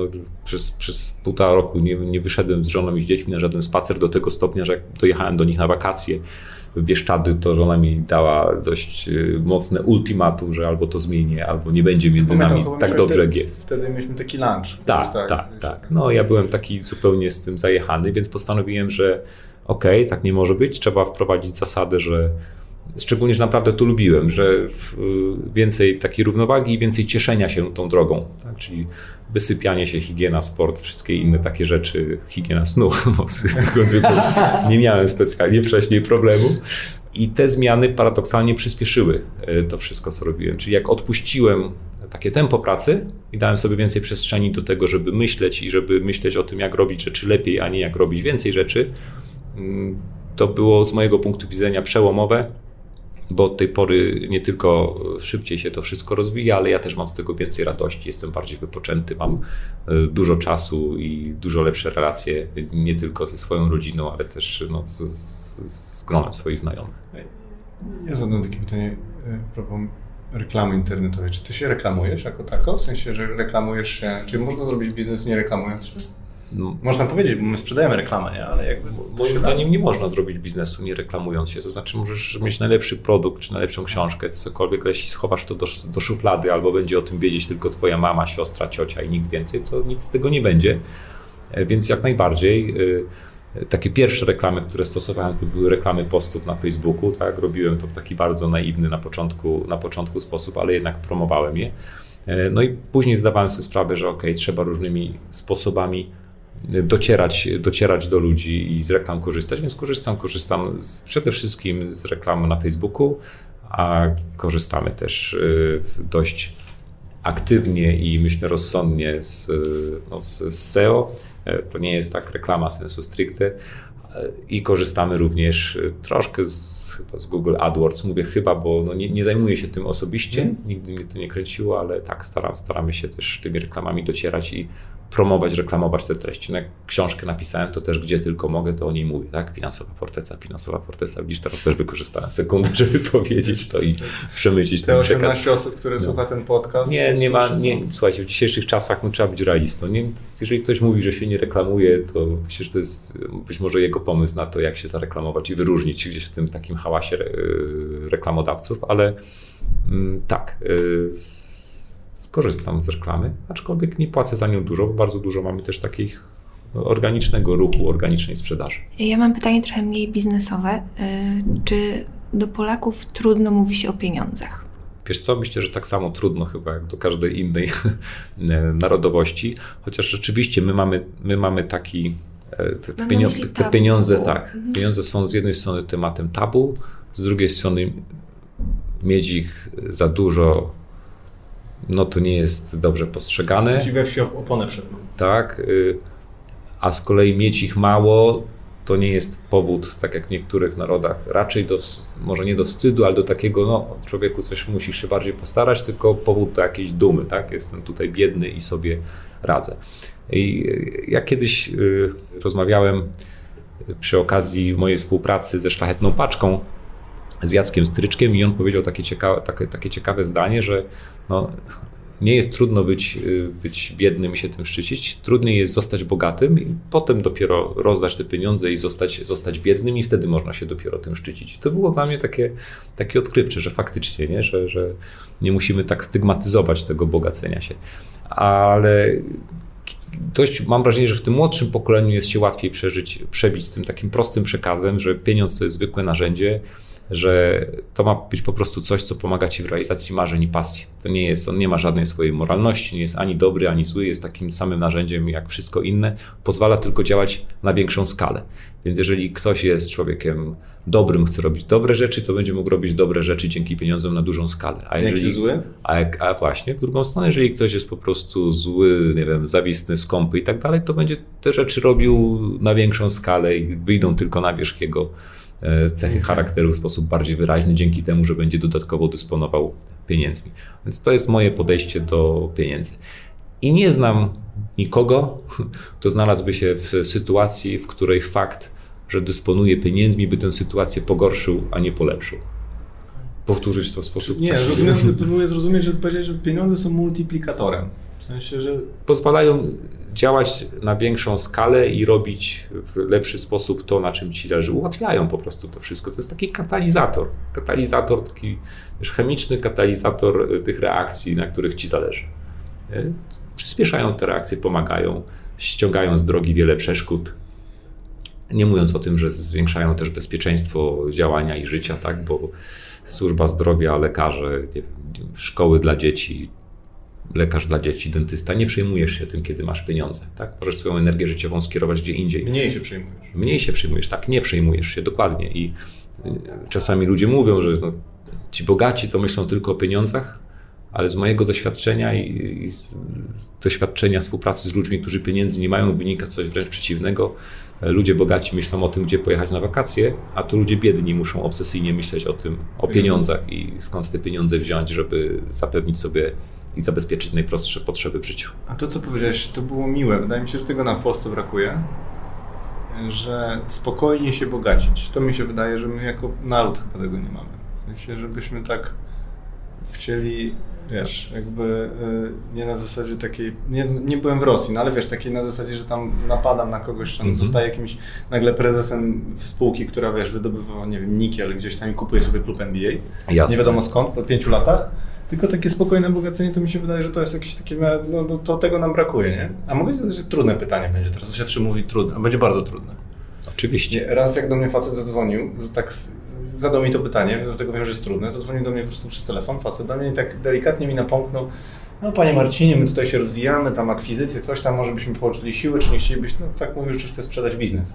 przez 1,5 roku nie wyszedłem z żoną i z dziećmi na żaden spacer do tego stopnia, że jak dojechałem do nich na wakacje w Bieszczady, to żona mi dała dość mocne ultimatum, że albo to zmienię, albo nie będzie między nami tak dobrze, jak jest. Wtedy mieliśmy taki lunch. Tak. No ja byłem taki zupełnie z tym zajechany, więc postanowiłem, że okej, tak nie może być, trzeba wprowadzić zasadę, że szczególnie, że naprawdę to lubiłem, że więcej takiej równowagi i więcej cieszenia się tą drogą, tak? Czyli wysypianie się, higiena, sport, wszystkie inne takie rzeczy, higiena snu, bo z tego zwykle nie miałem specjalnie wcześniej problemu. I te zmiany paradoksalnie przyspieszyły to wszystko, co robiłem. Czyli jak odpuściłem takie tempo pracy i dałem sobie więcej przestrzeni do tego, żeby myśleć i żeby myśleć o tym, jak robić rzeczy lepiej, a nie jak robić więcej rzeczy, to było z mojego punktu widzenia przełomowe, bo od tej pory nie tylko szybciej się to wszystko rozwija, ale ja też mam z tego więcej radości, jestem bardziej wypoczęty, mam dużo czasu i dużo lepsze relacje, nie tylko ze swoją rodziną, ale też z gronem swoich znajomych. Ja zadam takie pytanie a propos reklamy internetowej. Czy ty się reklamujesz jako tako? W sensie, że reklamujesz się... Czy można zrobić biznes nie reklamując się? No. Można powiedzieć, bo my sprzedajemy reklamę, nie? Ale jakby... Moim zdaniem nie można zrobić biznesu nie reklamując się. To znaczy możesz mieć najlepszy produkt, czy najlepszą książkę, cokolwiek, ale jeśli schowasz to do szuflady, albo będzie o tym wiedzieć tylko twoja mama, siostra, ciocia i nikt więcej, to nic z tego nie będzie. Więc jak najbardziej... Takie pierwsze reklamy, które stosowałem, to były reklamy postów na Facebooku, tak? Robiłem to w taki bardzo naiwny na początku sposób, ale jednak promowałem je. No i później zdawałem sobie sprawę, że trzeba różnymi sposobami docierać do ludzi i z reklam korzystać, więc korzystam przede wszystkim z reklam na Facebooku, a korzystamy też dość aktywnie i myślę rozsądnie z SEO. To nie jest tak reklama sensu stricte i korzystamy również troszkę z Google AdWords. Mówię chyba, bo nie zajmuję się tym osobiście, nigdy mnie to nie kręciło, ale tak staramy się też tymi reklamami docierać i promować, reklamować te treści. No jak książkę napisałem, to też gdzie tylko mogę, to o niej mówię, tak? Finansowa forteca. Widzisz, teraz też wykorzystałem sekundę, żeby powiedzieć to i przemycić ten przekaz. Te 18 osób, które słucha ten podcast. Słuchajcie, w dzisiejszych czasach trzeba być realistą. Jeżeli ktoś mówi, że się nie reklamuje, to myślę, że to jest być może jego pomysł na to, jak się zareklamować i wyróżnić gdzieś w tym takim hałasie reklamodawców, ale tak, skorzystam z reklamy, aczkolwiek nie płacę za nią dużo, bo bardzo dużo mamy też takich organicznego ruchu, organicznej sprzedaży. Ja mam pytanie trochę mniej biznesowe. Czy do Polaków trudno mówi się o pieniądzach? Wiesz co, myślę, że tak samo trudno chyba jak do każdej innej narodowości, chociaż rzeczywiście my mamy taki te pieniądze, tak. Pieniądze są z jednej strony tematem tabu, z drugiej strony mieć ich za dużo, no to nie jest dobrze postrzegane. Ci we wsi oponę przedną. Tak, a z kolei mieć ich mało to nie jest powód, tak jak w niektórych narodach, raczej może nie do wstydu, ale do takiego, człowieku coś musisz się bardziej postarać, tylko powód do jakiejś dumy, tak, jestem tutaj biedny i sobie radzę. I ja kiedyś rozmawiałem przy okazji mojej współpracy ze Szlachetną Paczką z Jackiem Stryczkiem i on powiedział takie ciekawe zdanie, że nie jest trudno być biednym i się tym szczycić, trudniej jest zostać bogatym i potem dopiero rozdać te pieniądze i zostać biednym i wtedy można się dopiero tym szczycić. To było dla mnie takie odkrywcze, że faktycznie, nie? Że nie musimy tak stygmatyzować tego bogacenia się. Ale mam wrażenie, że w tym młodszym pokoleniu jest się łatwiej przebić z tym takim prostym przekazem, że pieniądz to jest zwykłe narzędzie, że to ma być po prostu coś, co pomaga ci w realizacji marzeń i pasji. On nie ma żadnej swojej moralności, nie jest ani dobry, ani zły, jest takim samym narzędziem jak wszystko inne, pozwala tylko działać na większą skalę. Więc jeżeli ktoś jest człowiekiem dobrym, chce robić dobre rzeczy, to będzie mógł robić dobre rzeczy dzięki pieniądzom na dużą skalę. A jeżeli zły? A właśnie, w drugą stronę, jeżeli ktoś jest po prostu zły, nie wiem, zawistny, skąpy i tak dalej, to będzie te rzeczy robił na większą skalę i wyjdą tylko na wierzch jego cechy charakteru w sposób bardziej wyraźny, dzięki temu, że będzie dodatkowo dysponował pieniędzmi. Więc to jest moje podejście do pieniędzy. I nie znam nikogo, kto znalazłby się w sytuacji, w której fakt, że dysponuje pieniędzmi, by tę sytuację pogorszył, a nie polepszył. Powtórzyć to w sposób... Nie, próbuję zrozumieć, że powiedziałeś, że pieniądze są multiplikatorem. W sensie, że... Pozwalają działać na większą skalę i robić w lepszy sposób to, na czym ci zależy. Ułatwiają po prostu to wszystko. To jest taki katalizator. Taki chemiczny katalizator tych reakcji, na których ci zależy. Przyspieszają te reakcje, pomagają, ściągają z drogi wiele przeszkód. Nie mówiąc o tym, że zwiększają też bezpieczeństwo działania i życia, tak? Bo służba zdrowia, lekarze, szkoły dla dzieci, lekarz dla dzieci, dentysta, nie przejmujesz się tym, kiedy masz pieniądze. Tak? Możesz swoją energię życiową skierować gdzie indziej. Mniej się przejmujesz, tak, nie przejmujesz się, dokładnie. I czasami ludzie mówią, że ci bogaci to myślą tylko o pieniądzach, ale z mojego doświadczenia i z doświadczenia współpracy z ludźmi, którzy pieniędzy nie mają, wynika coś wręcz przeciwnego. Ludzie bogaci myślą o tym, gdzie pojechać na wakacje, a tu ludzie biedni muszą obsesyjnie myśleć o pieniądzach i skąd te pieniądze wziąć, żeby zapewnić sobie i zabezpieczyć najprostsze potrzeby w życiu. A to, co powiedziałeś, to było miłe. Wydaje mi się, że tego nam w Polsce brakuje, że spokojnie się bogacić. To mi się wydaje, że my jako naród chyba tego nie mamy. W sensie, żebyśmy tak chcieli, wiesz, jakby nie na zasadzie takiej, nie byłem w Rosji, no ale wiesz, takiej na zasadzie, że tam napadam na kogoś, on zostaje jakimś nagle prezesem spółki, która, wiesz, wydobywa, nie wiem, nikiel gdzieś tam i kupuje sobie klub NBA. Jasne. Nie wiadomo skąd, po 5 latach. Tylko takie spokojne bogacenie, to mi się wydaje, że to jest jakieś takie, no to tego nam brakuje, nie? A mogę zadać, że trudne pytanie będzie teraz, bo się zawsze mówi trudne, a będzie bardzo trudne. Oczywiście. Raz jak do mnie facet zadzwonił, tak zadał mi to pytanie, dlatego wiem, że jest trudne, zadzwonił do mnie po prostu przez telefon, facet do mnie i tak delikatnie mi napomknął, no panie Marcinie, my tutaj się rozwijamy, tam akwizycje, coś tam, może byśmy połączyli siły, czy nie chcielibyś, no tak mówił, że chce sprzedać biznes.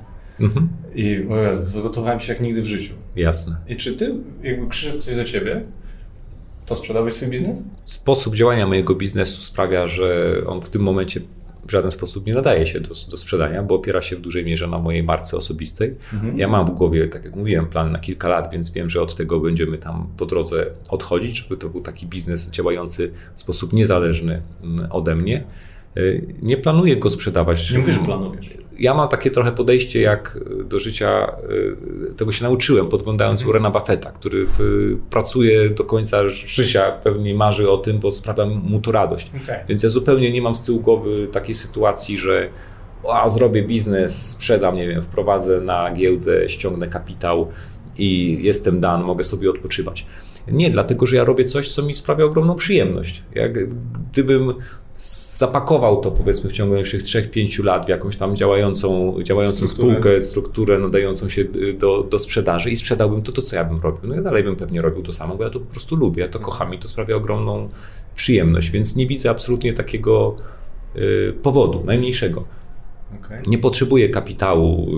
I o Jezu, zagotowałem się jak nigdy w życiu. Jasne. I czy ty, jakby przyszedł ktoś do ciebie, to sprzedałeś swój biznes? Sposób działania mojego biznesu sprawia, że on w tym momencie w żaden sposób nie nadaje się do sprzedania, bo opiera się w dużej mierze na mojej marce osobistej. Ja mam w głowie, tak jak mówiłem, plan na kilka lat, więc wiem, że od tego będziemy tam po drodze odchodzić, żeby to był taki biznes działający w sposób niezależny ode mnie. Nie planuję go sprzedawać. Nie mówię, że planujesz. Ja mam takie trochę podejście jak do życia, tego się nauczyłem podglądając Warrena Buffetta, który pracuje do końca życia, pewnie marzy o tym, bo sprawia mu to radość. Okay. Więc ja zupełnie nie mam z tyłu głowy takiej sytuacji, że zrobię biznes, sprzedam, nie wiem, wprowadzę na giełdę, ściągnę kapitał i jestem done, mogę sobie odpoczywać. Nie, dlatego że ja robię coś, co mi sprawia ogromną przyjemność. Gdybym zapakował to, powiedzmy, w ciągu najbliższych 3-5 lat w jakąś tam działającą spółkę, strukturę nadającą się do sprzedaży i sprzedałbym to, co ja bym robił. No ja dalej bym pewnie robił to samo, bo ja to po prostu lubię, ja to kocham i to sprawia ogromną przyjemność, więc nie widzę absolutnie takiego powodu, najmniejszego. Okay. Nie potrzebuję kapitału,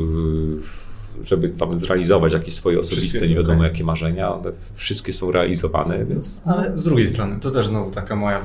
żeby tam zrealizować jakieś swoje osobiste, nie wiadomo jakie marzenia, one wszystkie są realizowane, więc... Ale z drugiej strony, to też znowu taka moja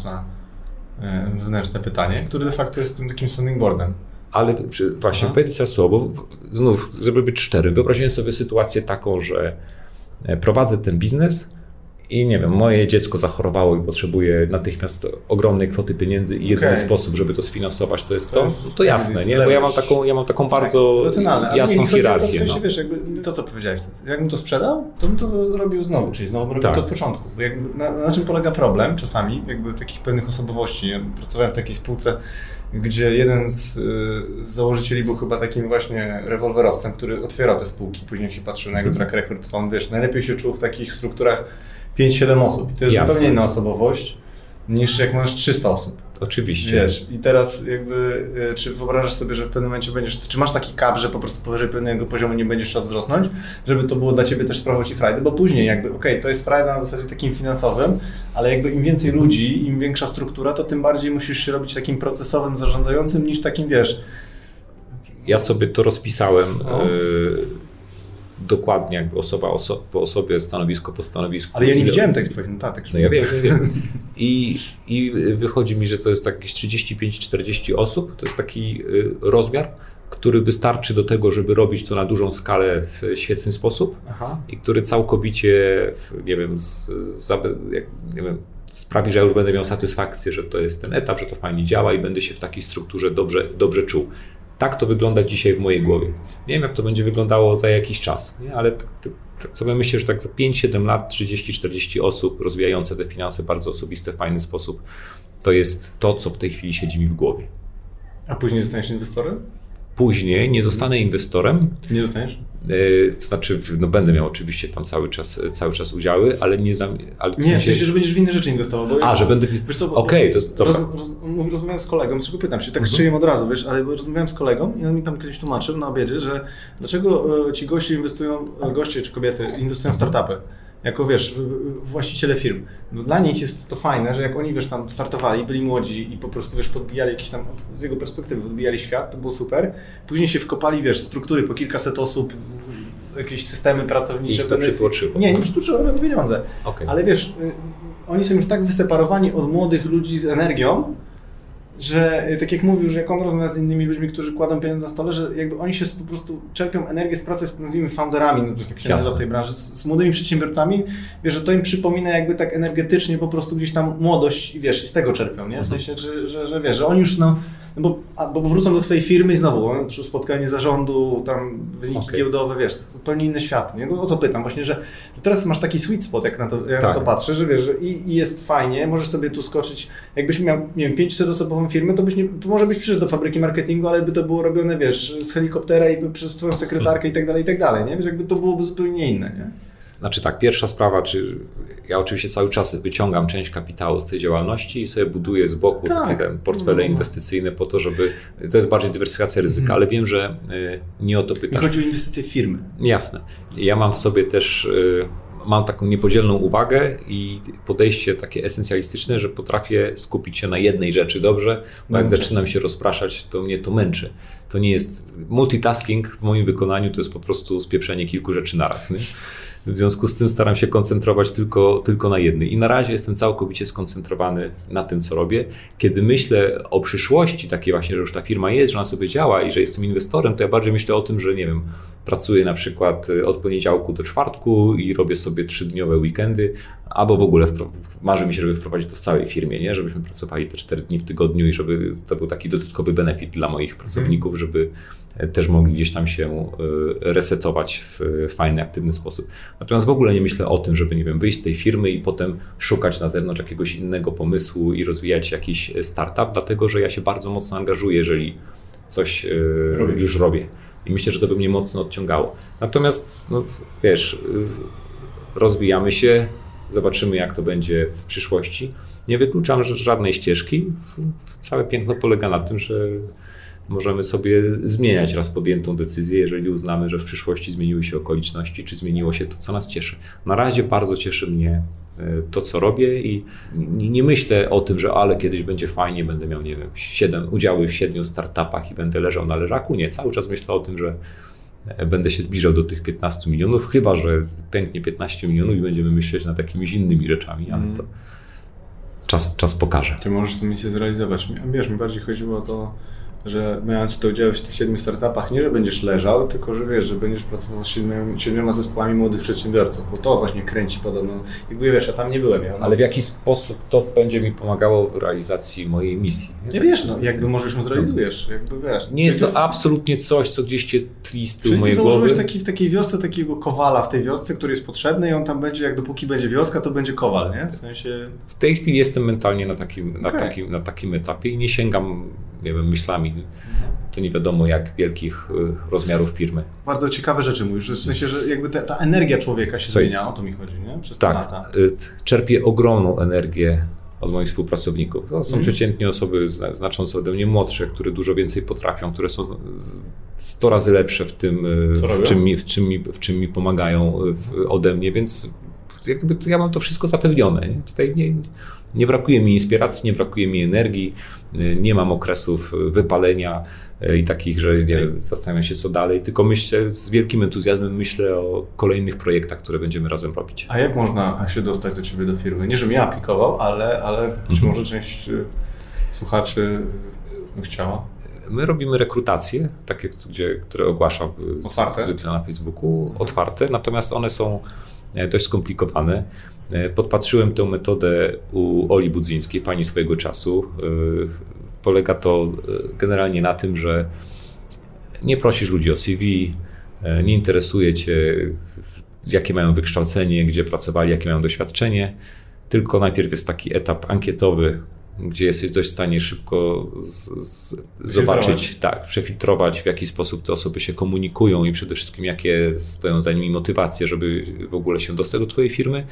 wewnętrzne pytanie, które de facto jest tym takim sounding boardem. Ale właśnie, powiedzieć teraz słowo, znów, żeby być szczery, wyobraziłem sobie sytuację taką, że prowadzę ten biznes i nie wiem, moje dziecko zachorowało i potrzebuje natychmiast ogromnej kwoty pieniędzy i jedyny sposób, żeby to sfinansować, to jest to? To jasne, nie? Bo ja mam taką bardzo jasną hierarchię. W sensie, wiesz, jakby to, co powiedziałeś, jakbym to sprzedał, to bym to robił znowu, czyli znowu robił to od początku. Bo jakby na czym polega problem czasami, jakby takich pewnych osobowości. Ja pracowałem w takiej spółce, gdzie jeden z założycieli był chyba takim właśnie rewolwerowcem, który otwierał te spółki. Później jak się patrzy na jego track record, to on, wiesz, najlepiej się czuł w takich strukturach 5-7 osób. I to jest zupełnie inna osobowość niż jak masz 300 osób. Oczywiście. Wiesz, i teraz jakby, czy wyobrażasz sobie, że w pewnym momencie czy masz taki cap, że po prostu powyżej pewnego poziomu nie będziesz chciał wzrosnąć, żeby to było dla ciebie też sprawować ci frajdę, bo później jakby, to jest frajda na zasadzie takim finansowym, ale jakby im więcej ludzi, im większa struktura, to tym bardziej musisz się robić takim procesowym, zarządzającym niż takim, wiesz... Ja sobie to rozpisałem dokładnie, jakby osoba po osobie, stanowisko po stanowisku. Ale ja nie widziałem tych twoich notatek. No ja wiem. I wychodzi mi, że to jest jakieś 35-40 osób, to jest taki rozmiar, który wystarczy do tego, żeby robić to na dużą skalę w świetny sposób. I który całkowicie, sprawi, że ja już będę miał satysfakcję, że to jest ten etap, że to fajnie działa i będę się w takiej strukturze dobrze czuł. Tak to wygląda dzisiaj w mojej głowie. Nie wiem, jak to będzie wyglądało za jakiś czas, nie? Ale tak sobie myślę, że tak za 5-7 lat, 30-40 osób rozwijające te finanse w bardzo osobisty, fajny sposób, to jest to, co w tej chwili siedzi mi w głowie. A później zostaniesz inwestorem? Później nie zostanę inwestorem. Nie zostaniesz? To znaczy, będę miał oczywiście tam cały czas udziały, ale nie... w sensie, że będziesz w inne rzeczy inwestował. Bo że będę... Wiesz co, to rozmawiałem z kolegą, czego pytam się, tak szyję od razu, wiesz, ale rozmawiałem z kolegą i on mi tam kiedyś tłumaczył na obiedzie, że dlaczego ci goście czy kobiety inwestują w startupy. Jako, wiesz, właściciele firm. No, dla nich jest to fajne, że jak oni, wiesz, tam startowali, byli młodzi i po prostu, wiesz, podbijali jakiś tam, z jego perspektywy, podbijali świat, to było super. Później się wkopali, wiesz, struktury po kilkaset osób, jakieś systemy pracownicze. I to przytłoczyło. Nie przytłoczyło, robią pieniądze. Okay. Ale wiesz, oni są już tak wyseparowani od młodych ludzi z energią, że tak jak mówił, że jak on rozmawia z innymi ludźmi, którzy kładą pieniądze na stole, że jakby oni się po prostu czerpią energię z pracy z, nazwijmy, founderami, no tak się nazywa w tej branży, z młodymi przedsiębiorcami, wiesz, że to im przypomina jakby tak energetycznie po prostu gdzieś tam młodość i wiesz, i z tego czerpią, nie? W sensie, że wiesz, że oni już bo wrócą do swojej firmy i znowu spotkanie zarządu, tam wyniki giełdowe, wiesz, zupełnie inny świat, nie? No, o to pytam właśnie, że teraz masz taki sweet spot, jak na to patrzę, że wiesz, że i jest fajnie, możesz sobie tu skoczyć, jakbyś miał, nie wiem, 500-osobową firmę, to może byś przyszedł do fabryki marketingu, ale by to było robione, wiesz, z helikoptera i przez twoją sekretarkę i tak dalej, nie? Wiesz, jakby to byłoby zupełnie inne, nie? Znaczy tak, pierwsza sprawa, ja oczywiście cały czas wyciągam część kapitału z tej działalności i sobie buduję z boku takie portfele inwestycyjne po to, żeby, to jest bardziej dywersyfikacja ryzyka, ale wiem, że nie o to pytasz. Nie chodzi o inwestycje w firmy. Jasne. Ja mam w sobie też, mam taką niepodzielną uwagę i podejście takie esencjalistyczne, że potrafię skupić się na jednej rzeczy dobrze, bo jak zaczynam się rozpraszać, to mnie to męczy. To nie jest, multitasking w moim wykonaniu to jest po prostu spieprzenie kilku rzeczy naraz, nie? W związku z tym staram się koncentrować tylko na jednej. I na razie jestem całkowicie skoncentrowany na tym, co robię. Kiedy myślę o przyszłości, takiej właśnie, że już ta firma jest, że ona sobie działa i że jestem inwestorem, to ja bardziej myślę o tym, że nie wiem, pracuję na przykład od poniedziałku do czwartku i robię sobie 3-dniowe weekendy, albo w ogóle marzy mi się, żeby wprowadzić to w całej firmie, nie? Żebyśmy pracowali te 4 dni w tygodniu i żeby to był taki dodatkowy benefit dla moich pracowników, żeby też mogli gdzieś tam się resetować w fajny, aktywny sposób. Natomiast w ogóle nie myślę o tym, żeby, nie wiem, wyjść z tej firmy i potem szukać na zewnątrz jakiegoś innego pomysłu i rozwijać jakiś startup, dlatego że ja się bardzo mocno angażuję, jeżeli coś już robię. I myślę, że to by mnie mocno odciągało. Natomiast, no, wiesz, rozwijamy się, zobaczymy, jak to będzie w przyszłości. Nie wykluczam żadnej ścieżki. Całe piękno polega na tym, że możemy sobie zmieniać raz podjętą decyzję, jeżeli uznamy, że w przyszłości zmieniły się okoliczności, czy zmieniło się to, co nas cieszy. Na razie bardzo cieszy mnie to, co robię i nie myślę o tym, że ale kiedyś będzie fajnie, będę miał, nie wiem, udziały w 7 startupach i będę leżał na leżaku. Nie, cały czas myślę o tym, że będę się zbliżał do tych 15 milionów, chyba że pęknie 15 milionów i będziemy myśleć nad jakimiś innymi rzeczami, ale to czas pokaże. Ty możesz tę misję zrealizować. Wiesz, mi bardziej chodziło o to, że mając tutaj udział w tych 7 startupach, nie, że będziesz leżał, tylko że wiesz, że będziesz pracował z 7 zespołami młodych przedsiębiorców, bo to właśnie kręci podobno. Jakby wiesz, ja tam nie byłem. Ale w jaki sposób to będzie mi pomagało w realizacji mojej misji? Nie wiesz, no, jakby może już ją zrealizujesz, jakby wiesz. Nie jest to absolutnie coś, co gdzieś cię tli z tyłu mojej głowy. Czyli ty założyłeś w takiej wiosce takiego kowala w tej wiosce, który jest potrzebny i on tam będzie, jak dopóki będzie wioska, to będzie kowal, nie? W sensie... W tej chwili jestem mentalnie na takim etapie i nie sięgam, nie wiem, myślami. To nie wiadomo jak wielkich rozmiarów firmy. Bardzo ciekawe rzeczy mówisz, w sensie, że jakby ta energia człowieka się zmienia, o to mi chodzi, nie? Przez te lata. Czerpię ogromną energię od moich współpracowników. To są przeciętnie osoby znacząco ode mnie młodsze, które dużo więcej potrafią, które są 100 razy lepsze w tym, w czym mi pomagają ode mnie, więc jakby ja mam to wszystko zapewnione. Nie? Tutaj nie brakuje mi inspiracji, nie brakuje mi energii, nie mam okresów wypalenia i takich, że nie wiem, zastanawiam się co dalej, tylko myślę, z wielkim entuzjazmem myślę o kolejnych projektach, które będziemy razem robić. A jak można się dostać do Ciebie do firmy? Nie, żebym ja aplikował, ale być może część słuchaczy chciała. My robimy rekrutacje, takie, które ogłaszam zwykle na Facebooku, otwarte, natomiast one są dość skomplikowane. Podpatrzyłem tę metodę u Oli Budzyńskiej, pani swojego czasu. Polega to generalnie na tym, że nie prosisz ludzi o CV, nie interesuje cię, jakie mają wykształcenie, gdzie pracowali, jakie mają doświadczenie, tylko najpierw jest taki etap ankietowy, gdzie jesteś dość w stanie szybko zobaczyć, przefiltrować, w jaki sposób te osoby się komunikują i przede wszystkim jakie stoją za nimi motywacje, żeby w ogóle się dostać do twojej firmy.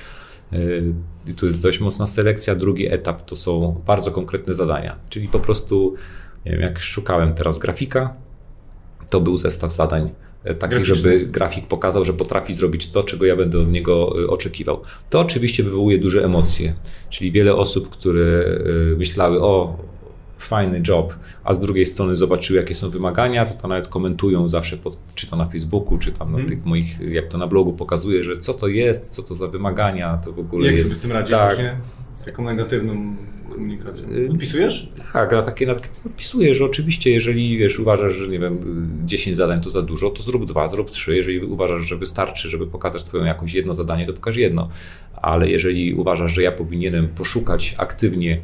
I tu jest dość mocna selekcja. Drugi etap to są bardzo konkretne zadania, czyli po prostu, nie wiem, jak szukałem teraz grafika, to był zestaw zadań takich, żeby grafik pokazał, że potrafi zrobić to, czego ja będę od niego oczekiwał. To oczywiście wywołuje duże emocje, czyli wiele osób, które myślały, fajny job, a z drugiej strony zobaczyły, jakie są wymagania, to nawet komentują zawsze, czy to na Facebooku, czy tam na tych moich, jak to na blogu pokazuje, że co to jest, co to za wymagania, to w ogóle jak jest... Jak sobie z tym radzisz właśnie? Z taką negatywną... komunikacja. Odpisujesz? Tak, na takie odpisuję, że oczywiście, jeżeli uważasz, że 10 zadań to za dużo, to zrób 2, zrób 3. Jeżeli uważasz, że wystarczy, żeby pokazać twoją jakąś jedno zadanie, to pokaż jedno. Ale jeżeli uważasz, że ja powinienem poszukać aktywnie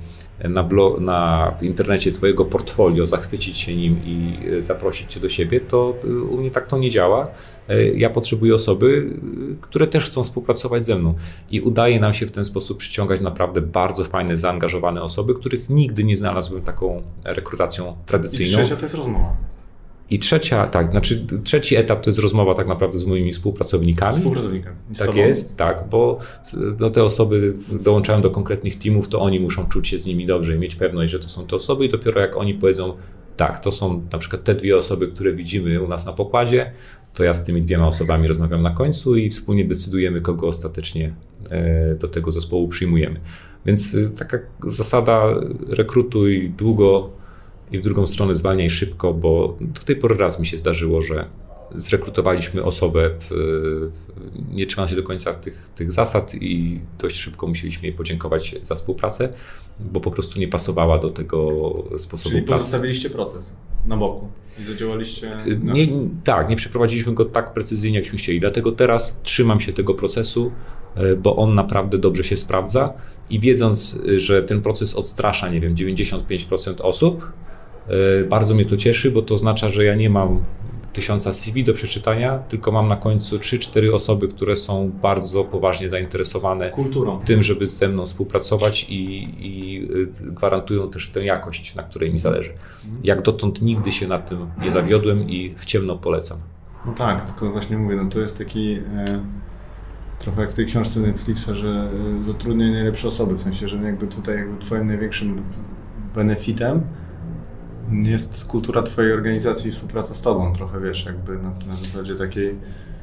w internecie twojego portfolio, zachwycić się nim i zaprosić cię do siebie, to u mnie tak to nie działa. Ja potrzebuję osoby, które też chcą współpracować ze mną i udaje nam się w ten sposób przyciągać naprawdę bardzo fajne, zaangażowane osoby, których nigdy nie znalazłbym taką rekrutacją tradycyjną. I trzecia to jest rozmowa. I trzeci etap to jest rozmowa tak naprawdę z moimi współpracownikami. Tak jest, tak, bo te osoby dołączają do konkretnych teamów, to oni muszą czuć się z nimi dobrze i mieć pewność, że to są te osoby i dopiero jak oni powiedzą, tak, to są na przykład te 2 osoby, które widzimy u nas na pokładzie, to ja z tymi 2 osobami rozmawiam na końcu i wspólnie decydujemy, kogo ostatecznie do tego zespołu przyjmujemy. Więc taka zasada rekrutuj długo i w drugą stronę zwalniaj szybko, bo do tej pory raz mi się zdarzyło, że zrekrutowaliśmy osobę, nie trzymała się do końca tych zasad i dość szybko musieliśmy jej podziękować za współpracę, bo po prostu nie pasowała do tego sposobu pracy. Czyli pozostawiliście proces na boku i zadziałaliście? Nie przeprowadziliśmy go tak precyzyjnie, jakśmy chcieli. Dlatego teraz trzymam się tego procesu, bo on naprawdę dobrze się sprawdza i wiedząc, że ten proces odstrasza, 95% osób, bardzo mnie to cieszy, bo to oznacza, że ja nie mam 1000 CV do przeczytania, tylko mam na końcu 3-4 osoby, które są bardzo poważnie zainteresowane kulturą, tym, żeby ze mną współpracować i gwarantują też tę jakość, na której mi zależy. Jak dotąd nigdy się na tym nie zawiodłem i w ciemno polecam. No tak, tylko właśnie mówię, to jest taki trochę jak w tej książce Netflixa, że zatrudniaj najlepsze osoby, w sensie, że tutaj twoim największym benefitem jest kultura twojej organizacji i współpraca z tobą, trochę na zasadzie takiej,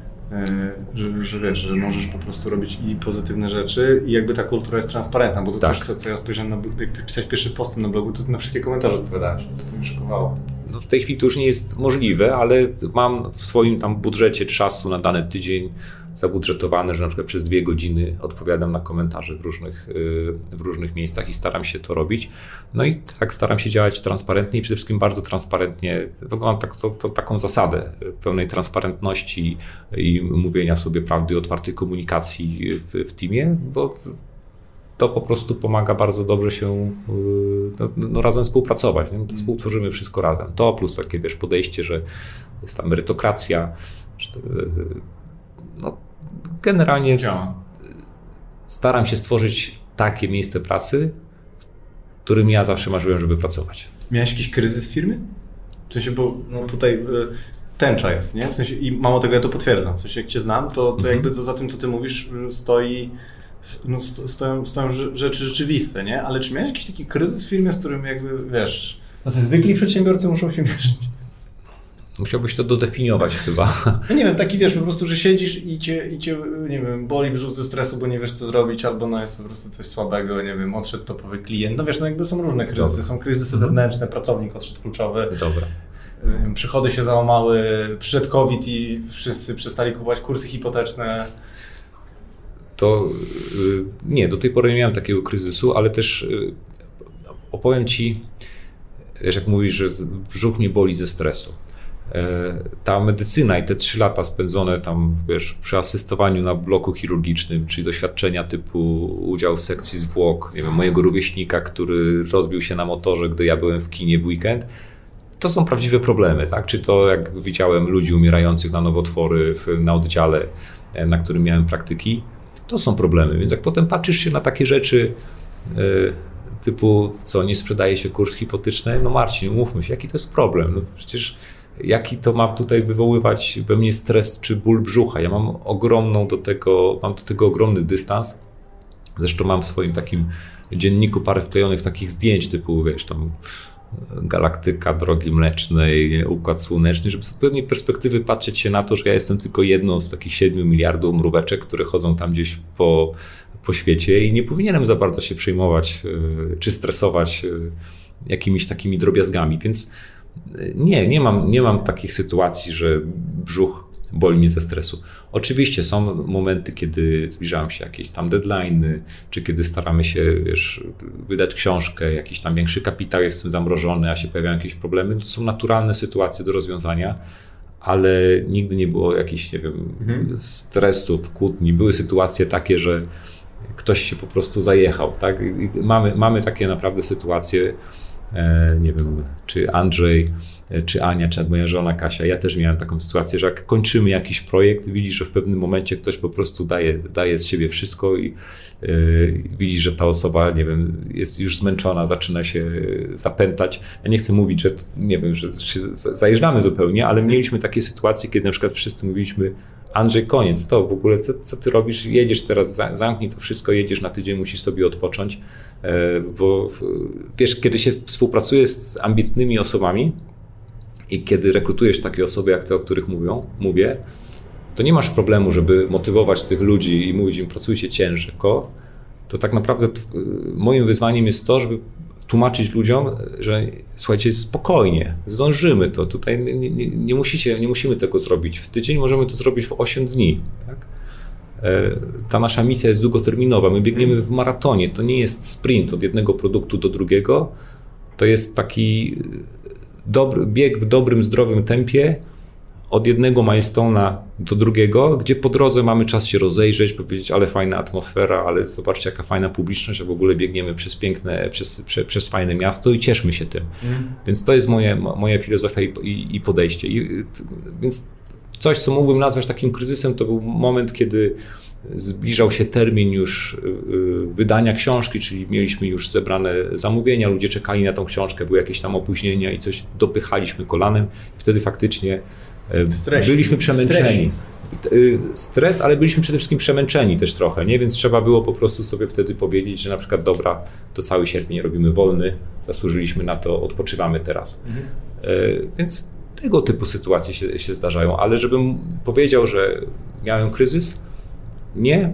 że wiesz, że możesz po prostu robić i pozytywne rzeczy i ta kultura jest transparentna, bo to też co ja spojrzałem, jak pisałeś pierwszy post na blogu, to na wszystkie komentarze odpowiadałeś, to mi szykowało. No w tej chwili to już nie jest możliwe, ale mam w swoim tam budżecie czasu na dany tydzień zabudżetowane, że na przykład przez 2 godziny odpowiadam na komentarze w różnych miejscach i staram się to robić. No i tak staram się działać transparentnie i przede wszystkim bardzo transparentnie. Mam taką zasadę pełnej transparentności i mówienia sobie prawdy i otwartej komunikacji w teamie, bo to po prostu pomaga bardzo dobrze się razem współpracować. Nie? Współtworzymy wszystko razem. To plus takie podejście, że jest tam merytokracja, że generalnie staram się stworzyć takie miejsce pracy, w którym ja zawsze marzyłem, żeby pracować. Miałeś jakiś kryzys w firmie? W sensie, bo tutaj tęcza jest, nie? W sensie, i mało tego ja to potwierdzam. W sensie, jak cię znam, to jakby to za tym, co ty mówisz, stoją rzeczy rzeczywiste, nie? Ale czy miałeś jakiś taki kryzys w firmie, z którym wiesz, zwykli przedsiębiorcy muszą się mierzyć? Musiałbyś to dodefiniować chyba. No nie wiem, taki po prostu, że siedzisz i cię nie wiem, boli brzuch ze stresu, bo nie wiesz co zrobić, albo jest po prostu coś słabego, nie wiem, odszedł topowy klient. są różne kryzysy. Dobra. Są kryzysy wewnętrzne, pracownik odszedł kluczowy. Dobra. Przychody się załamały, przyszedł COVID i wszyscy przestali kupować kursy hipoteczne. To nie, do tej pory nie miałem takiego kryzysu, ale też opowiem ci, wiesz, jak mówisz, że brzuch mnie boli ze stresu. Ta medycyna i te 3 lata spędzone tam, wiesz, przy asystowaniu na bloku chirurgicznym, czyli doświadczenia typu udział w sekcji zwłok, nie wiem, mojego rówieśnika, który rozbił się na motorze, gdy ja byłem w kinie w weekend, to są prawdziwe problemy, tak? Czy to jak widziałem ludzi umierających na nowotwory na oddziale, na którym miałem praktyki, to są problemy, więc jak potem patrzysz się na takie rzeczy typu, co, nie sprzedaje się kurs hipoteczny, no Marcin, umówmy się, jaki to jest problem, no przecież jaki to ma tutaj wywoływać we mnie stres czy ból brzucha. Ja mam do tego ogromny dystans. Zresztą mam w swoim takim dzienniku parę wklejonych takich zdjęć typu, wiesz, tam galaktyka, drogi mlecznej, układ słoneczny, żeby z odpowiedniej perspektywy patrzeć się na to, że ja jestem tylko jedną z takich 7 miliardów mróweczek, które chodzą tam gdzieś po świecie i nie powinienem za bardzo się przejmować czy stresować jakimiś takimi drobiazgami, więc nie mam takich sytuacji, że brzuch boli mnie ze stresu. Oczywiście są momenty, kiedy zbliżają się jakieś tam deadline'y, czy kiedy staramy się, wydać książkę, jakiś tam większy kapitał jest w tym zamrożony, a się pojawiają jakieś problemy. To są naturalne sytuacje do rozwiązania, ale nigdy nie było jakichś, nie wiem, stresów, kłótni. Były sytuacje takie, że ktoś się po prostu zajechał, tak? I mamy takie naprawdę sytuacje, nie wiem, czy Andrzej, czy Ania, czy moja żona Kasia. Ja też miałem taką sytuację, że jak kończymy jakiś projekt, widzisz, że w pewnym momencie ktoś po prostu daje z siebie wszystko i widzisz, że ta osoba, nie wiem, jest już zmęczona, zaczyna się zapętać. Ja nie chcę mówić, że nie wiem, że się zajeżdżamy zupełnie, ale mieliśmy takie sytuacje, kiedy na przykład wszyscy mówiliśmy: Andrzej, koniec, to w ogóle co ty robisz? Jedziesz teraz, zamknij to wszystko, jedziesz na tydzień, musisz sobie odpocząć, bo wiesz, kiedy się współpracuje z ambitnymi osobami i kiedy rekrutujesz takie osoby jak te, o których mówię, to nie masz problemu, żeby motywować tych ludzi i mówić im: pracujcie ciężko. To tak naprawdę moim wyzwaniem jest to, żeby tłumaczyć ludziom, że słuchajcie, spokojnie, zdążymy to. Tutaj nie musimy tego zrobić w tydzień, możemy to zrobić w 8 dni. Tak? Ta nasza misja jest długoterminowa. My biegniemy w maratonie. To nie jest sprint od jednego produktu do drugiego. To jest taki bieg w dobrym, zdrowym tempie od jednego milestone'a do drugiego, gdzie po drodze mamy czas się rozejrzeć, powiedzieć: ale fajna atmosfera, ale zobaczcie, jaka fajna publiczność, a w ogóle biegniemy przez fajne miasto i cieszmy się tym. Więc to jest moja filozofia i podejście. Więc coś, co mógłbym nazwać takim kryzysem, to był moment, kiedy zbliżał się termin już wydania książki, czyli mieliśmy już zebrane zamówienia, ludzie czekali na tą książkę, były jakieś tam opóźnienia i coś dopychaliśmy kolanem. Wtedy faktycznie byliśmy przemęczeni. Stres, ale byliśmy przede wszystkim przemęczeni też trochę, nie? Więc trzeba było po prostu sobie wtedy powiedzieć, że na przykład dobra, to cały sierpień robimy wolny, zasłużyliśmy na to, odpoczywamy teraz. Więc tego typu sytuacje się zdarzają, ale żebym powiedział, że miałem kryzys, nie.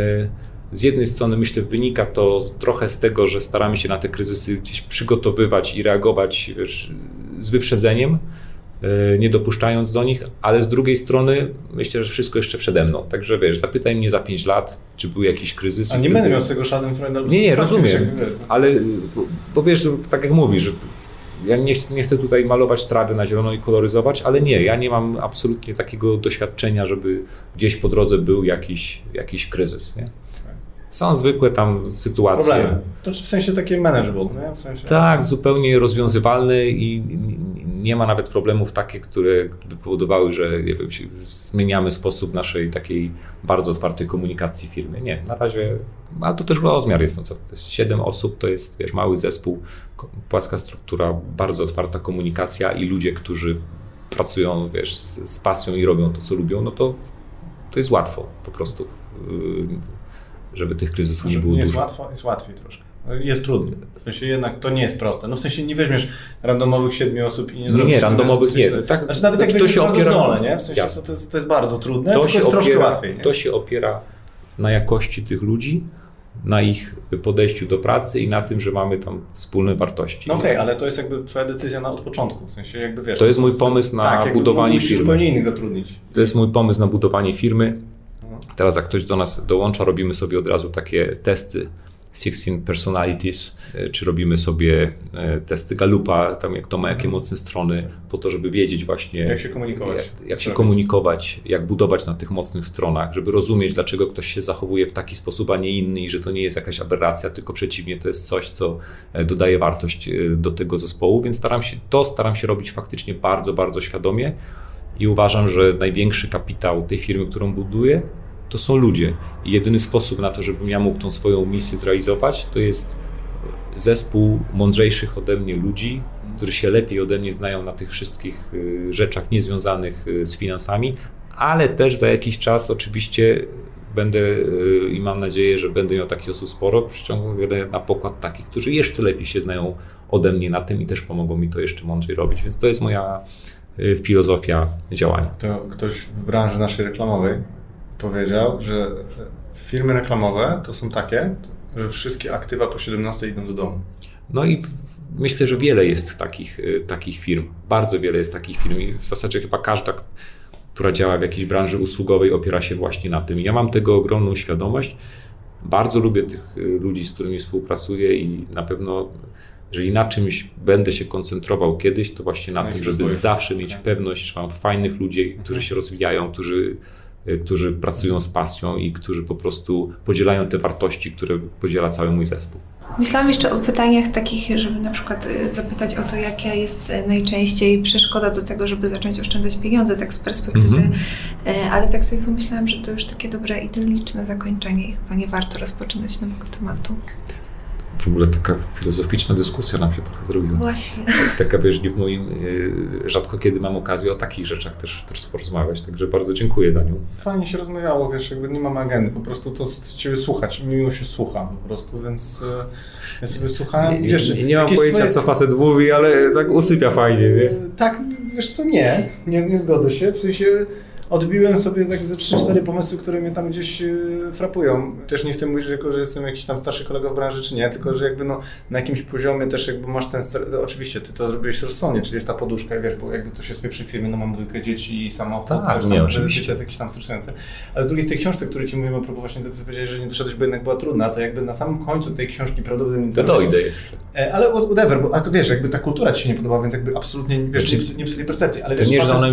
Z jednej strony myślę, wynika to trochę z tego, że staramy się na te kryzysy gdzieś przygotowywać i reagować, wiesz, z wyprzedzeniem, nie dopuszczając do nich, ale z drugiej strony myślę, że wszystko jeszcze przede mną. Także wiesz, zapytaj mnie za 5 lat, czy był jakiś kryzys. A nie będę miał z tego Schadenfreude. Nie, rozumiem, ale bo wiesz, tak jak mówisz, że ja nie chcę tutaj malować trawy na zielono i koloryzować, ale nie, ja nie mam absolutnie takiego doświadczenia, żeby gdzieś po drodze był jakiś kryzys, nie? Są zwykłe tam sytuacje. Problemy. To w sensie takie manageable, nie? W sensie... Tak, zupełnie rozwiązywalne i nie ma nawet problemów takich, które by powodowały, że nie wiem, zmieniamy sposób naszej takiej bardzo otwartej komunikacji w firmie. Nie, na razie, ale to też rozmiar jest, to jest 7 osób, to jest, wiesz, mały zespół, płaska struktura, bardzo otwarta komunikacja i ludzie, którzy pracują, wiesz, z pasją i robią to, co lubią, no to jest łatwo po prostu. Żeby tych kryzysów nie było dużo. Jest łatwo, jest łatwiej troszkę. Jest trudno. W sensie jednak to nie jest proste. No w sensie nie weźmiesz randomowych 7 osób i nie zrobisz... Nie, randomowych nie. Tak, znaczy nawet jak weźmiesz bardzo zdolne, nie? W sensie to jest bardzo trudne, tylko jest troszkę łatwiej. Nie? To się opiera na jakości tych ludzi, na ich podejściu do pracy i na tym, że mamy tam wspólne wartości. No okej, ale to jest jakby twoja decyzja od początku. W sensie jakby wiesz... To jest mój pomysł na budowanie firmy. Zupełnie innych zatrudnić. To jest mój pomysł na budowanie firmy. Teraz jak ktoś do nas dołącza, robimy sobie od razu takie testy 16 Personalities, czy robimy sobie testy Gallupa, tam jak to ma jakie mocne strony, po to, żeby wiedzieć właśnie jak się komunikować, jak budować na tych mocnych stronach, żeby rozumieć, dlaczego ktoś się zachowuje w taki sposób, a nie inny i że to nie jest jakaś aberracja, tylko przeciwnie, to jest coś, co dodaje wartość do tego zespołu, więc staram się robić faktycznie bardzo, bardzo świadomie i uważam, że największy kapitał tej firmy, którą buduję, to są ludzie. I jedyny sposób na to, żebym ja mógł tą swoją misję zrealizować, to jest zespół mądrzejszych ode mnie ludzi, którzy się lepiej ode mnie znają na tych wszystkich rzeczach niezwiązanych z finansami, ale też za jakiś czas oczywiście będę i mam nadzieję, że będę miał takich osób sporo, przyciągnę na pokład takich, którzy jeszcze lepiej się znają ode mnie na tym i też pomogą mi to jeszcze mądrzej robić. Więc to jest moja filozofia działania. To ktoś w branży naszej reklamowej powiedział, że firmy reklamowe to są takie, że wszystkie aktywa po 17 idą do domu. No i myślę, że wiele jest takich firm. Bardzo wiele jest takich firm i w zasadzie chyba która działa w jakiejś branży usługowej, opiera się właśnie na tym. I ja mam tego ogromną świadomość. Bardzo lubię tych ludzi, z którymi współpracuję i na pewno, jeżeli na czymś będę się koncentrował kiedyś, to właśnie na tym, żeby zawsze mieć pewność, że mam fajnych ludzi, którzy się rozwijają, którzy pracują z pasją i którzy po prostu podzielają te wartości, które podziela cały mój zespół. Myślałam jeszcze o pytaniach takich, żeby na przykład zapytać o to, jaka jest najczęściej przeszkoda do tego, żeby zacząć oszczędzać pieniądze, tak z perspektywy, ale tak sobie pomyślałam, że to już takie dobre, idylliczne zakończenie i chyba nie warto rozpoczynać nowego tematu. W ogóle taka filozoficzna dyskusja nam się trochę zrobiła. Właśnie. Taka, wiesz, nie w moim, rzadko kiedy mam okazję o takich rzeczach też porozmawiać, także bardzo dziękuję za nią. Fajnie się rozmawiało, wiesz, jakby nie mam agendy, po prostu to Ciebie słuchać, miło się słucha po prostu, więc ja sobie słuchałem, wiesz... Nie mam pojęcia, co facet mówi, ale tak usypia fajnie, nie? Tak, wiesz co, nie zgodzę się, w sensie... Odbiłem sobie tak ze 3-4 pomysły, które mnie tam gdzieś frapują. Też nie chcę mówić, że jestem jakiś tam starszy kolega w branży, czy nie, tylko że jakby na jakimś poziomie też jakby masz ten oczywiście ty to zrobiłeś rozsądnie, czyli jest ta poduszka, wiesz, bo jakby to się swojej przy firmie, mam 2 dzieci i samochód, tak, nie, oczywiście. To jest jakiś tam frustrujące. Ale z drugiej w tej książce, której Ci mówiłem a propos właśnie, to powiedziałeś, że nie doszedłeś, bo jednak była trudna, to jakby na samym końcu tej książki prawdopodobnie... To dojdę jeszcze. Ale whatever, a to wiesz, jakby ta kultura Ci się nie podoba, więc jakby absolutnie, wiesz, nie przy tej percepcji, ale wiesz,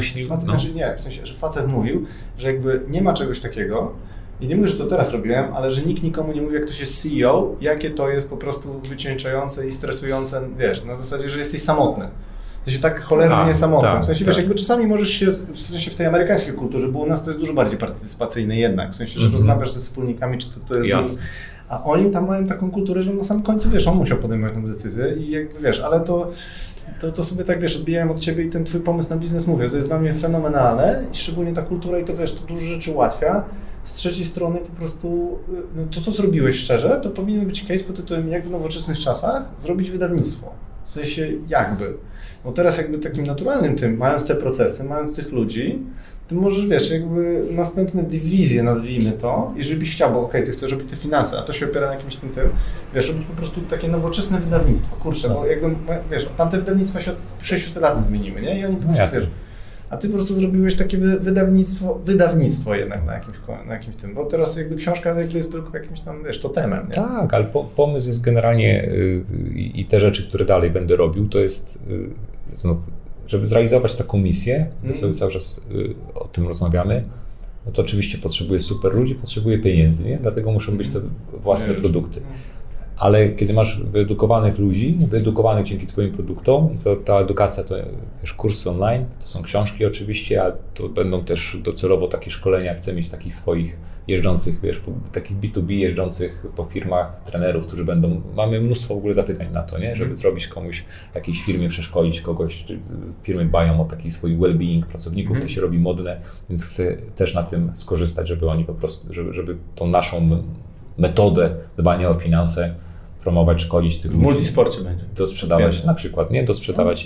w sensie, że facet mówił, że jakby nie ma czegoś takiego i nie mówię, że to teraz robiłem, ale że nikt nikomu nie mówi, jak ktoś jest CEO, jakie to jest po prostu wycieńczające i stresujące, wiesz, na zasadzie, że jesteś samotny. W sensie tak cholernie samotny. W sensie, wiesz, jakby czasami możesz się, w sensie w tej amerykańskiej kulturze, bo u nas to jest dużo bardziej partycypacyjne jednak, w sensie, że rozmawiasz ze wspólnikami, czy to jest dużo... A oni tam mają taką kulturę, że na samym końcu, wiesz, on musiał podejmować tę decyzję i jakby, wiesz, ale to sobie tak, wiesz, odbijałem od Ciebie i ten Twój pomysł na biznes, mówię, to jest dla mnie fenomenalne i szczególnie ta kultura i to, wiesz, to dużo rzeczy ułatwia. Z trzeciej strony po prostu, no to co zrobiłeś szczerze, to powinien być case pod tytułem jak w nowoczesnych czasach zrobić wydawnictwo. W sensie jakby. Bo teraz jakby takim naturalnym tym, mając te procesy, mając tych ludzi, ty możesz, wiesz, jakby następne dywizje, nazwijmy to, jeżeli byś chciał, bo okej, ty chcesz robić te finanse, a to się opiera na jakimś tym, wiesz, robić po prostu takie nowoczesne wydawnictwo, kurczę, bo jakby, wiesz, tamte wydawnictwa się od 600 lat nie zmieniły, nie? I oni po prostu, wiesz, a ty po prostu zrobiłeś takie wydawnictwo jednak na jakimś tym, bo teraz jakby książka jakby jest tylko jakimś tam, wiesz, totemem, nie? Tak, ale pomysł jest generalnie i te rzeczy, które dalej będę robił, to jest znów, żeby zrealizować taką misję, to sobie cały czas o tym rozmawiamy, no to oczywiście potrzebuję super ludzi, potrzebuję pieniędzy, nie? Dlatego muszą być to własne produkty. Ale kiedy masz wyedukowanych ludzi, wyedukowanych dzięki Twoim produktom, i to ta edukacja to wiesz, kursy online, to są książki oczywiście, a to będą też docelowo takie szkolenia, chcę mieć takich swoich jeżdżących, wiesz, takich B2B jeżdżących po firmach, trenerów, którzy będą, mamy mnóstwo w ogóle zapytań na to, nie? Żeby zrobić komuś, jakiejś firmie, przeszkolić kogoś, czy firmy dbają o taki swój well-being pracowników, to się robi modne, więc chcę też na tym skorzystać, żeby oni po prostu, żeby tą naszą metodę dbania o finanse promować, szkolić tych ludzi. W multisporcie będzie. Dosprzedawać na przykład, nie? Dosprzedawać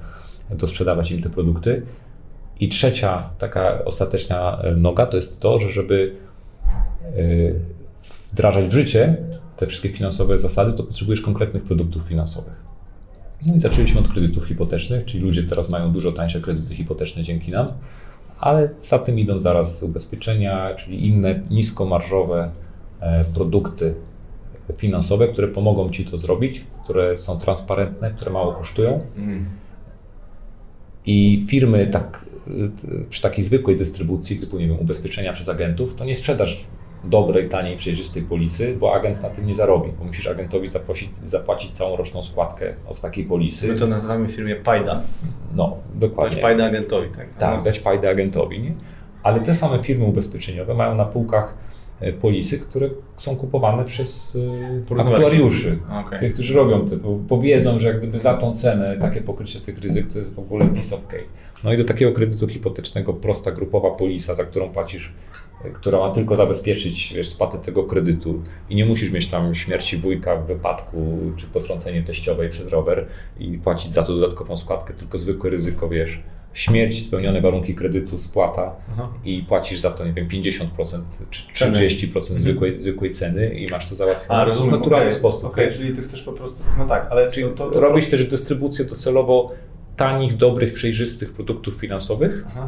im te produkty. I trzecia taka ostateczna noga to jest to, że żeby wdrażać w życie te wszystkie finansowe zasady, to potrzebujesz konkretnych produktów finansowych. No i zaczęliśmy od kredytów hipotecznych, czyli ludzie teraz mają dużo tańsze kredyty hipoteczne dzięki nam, ale za tym idą zaraz ubezpieczenia, czyli inne niskomarżowe produkty finansowe, które pomogą Ci to zrobić, które są transparentne, które mało kosztują. I firmy przy takiej zwykłej dystrybucji, typu nie wiem, ubezpieczenia przez agentów, to nie sprzedasz dobrej, taniej, przejrzystej polisy, bo agent na tym nie zarobi, bo musisz agentowi zapłacić całą roczną składkę od takiej polisy. My to nazywamy w firmie pajda. No, dokładnie. Dać pajdę agentowi, tak? Tak, dać pajdę agentowi, nie? Ale te same firmy ubezpieczeniowe mają na półkach polisy, które są kupowane przez aktuariuszy, tych, którzy robią to, bo wiedzą, że jak gdyby za tą cenę takie pokrycie tych ryzyk to jest w ogóle piece of cake. No i do takiego kredytu hipotecznego prosta grupowa polisa, za którą płacisz, która ma tylko zabezpieczyć, wiesz, spłatę tego kredytu i nie musisz mieć tam śmierci wujka w wypadku czy potrącenie teściowej przez rower i płacić za to dodatkową składkę, tylko zwykłe ryzyko, wiesz, śmierć, spełnione warunki kredytu, spłata i płacisz za to, nie wiem, 50% czy 30% zwykłej ceny i masz to załatwione w naturalny sposób. Czyli ty chcesz po prostu, no tak, ale... to robisz też dystrybucję docelowo tanich, dobrych, przejrzystych produktów finansowych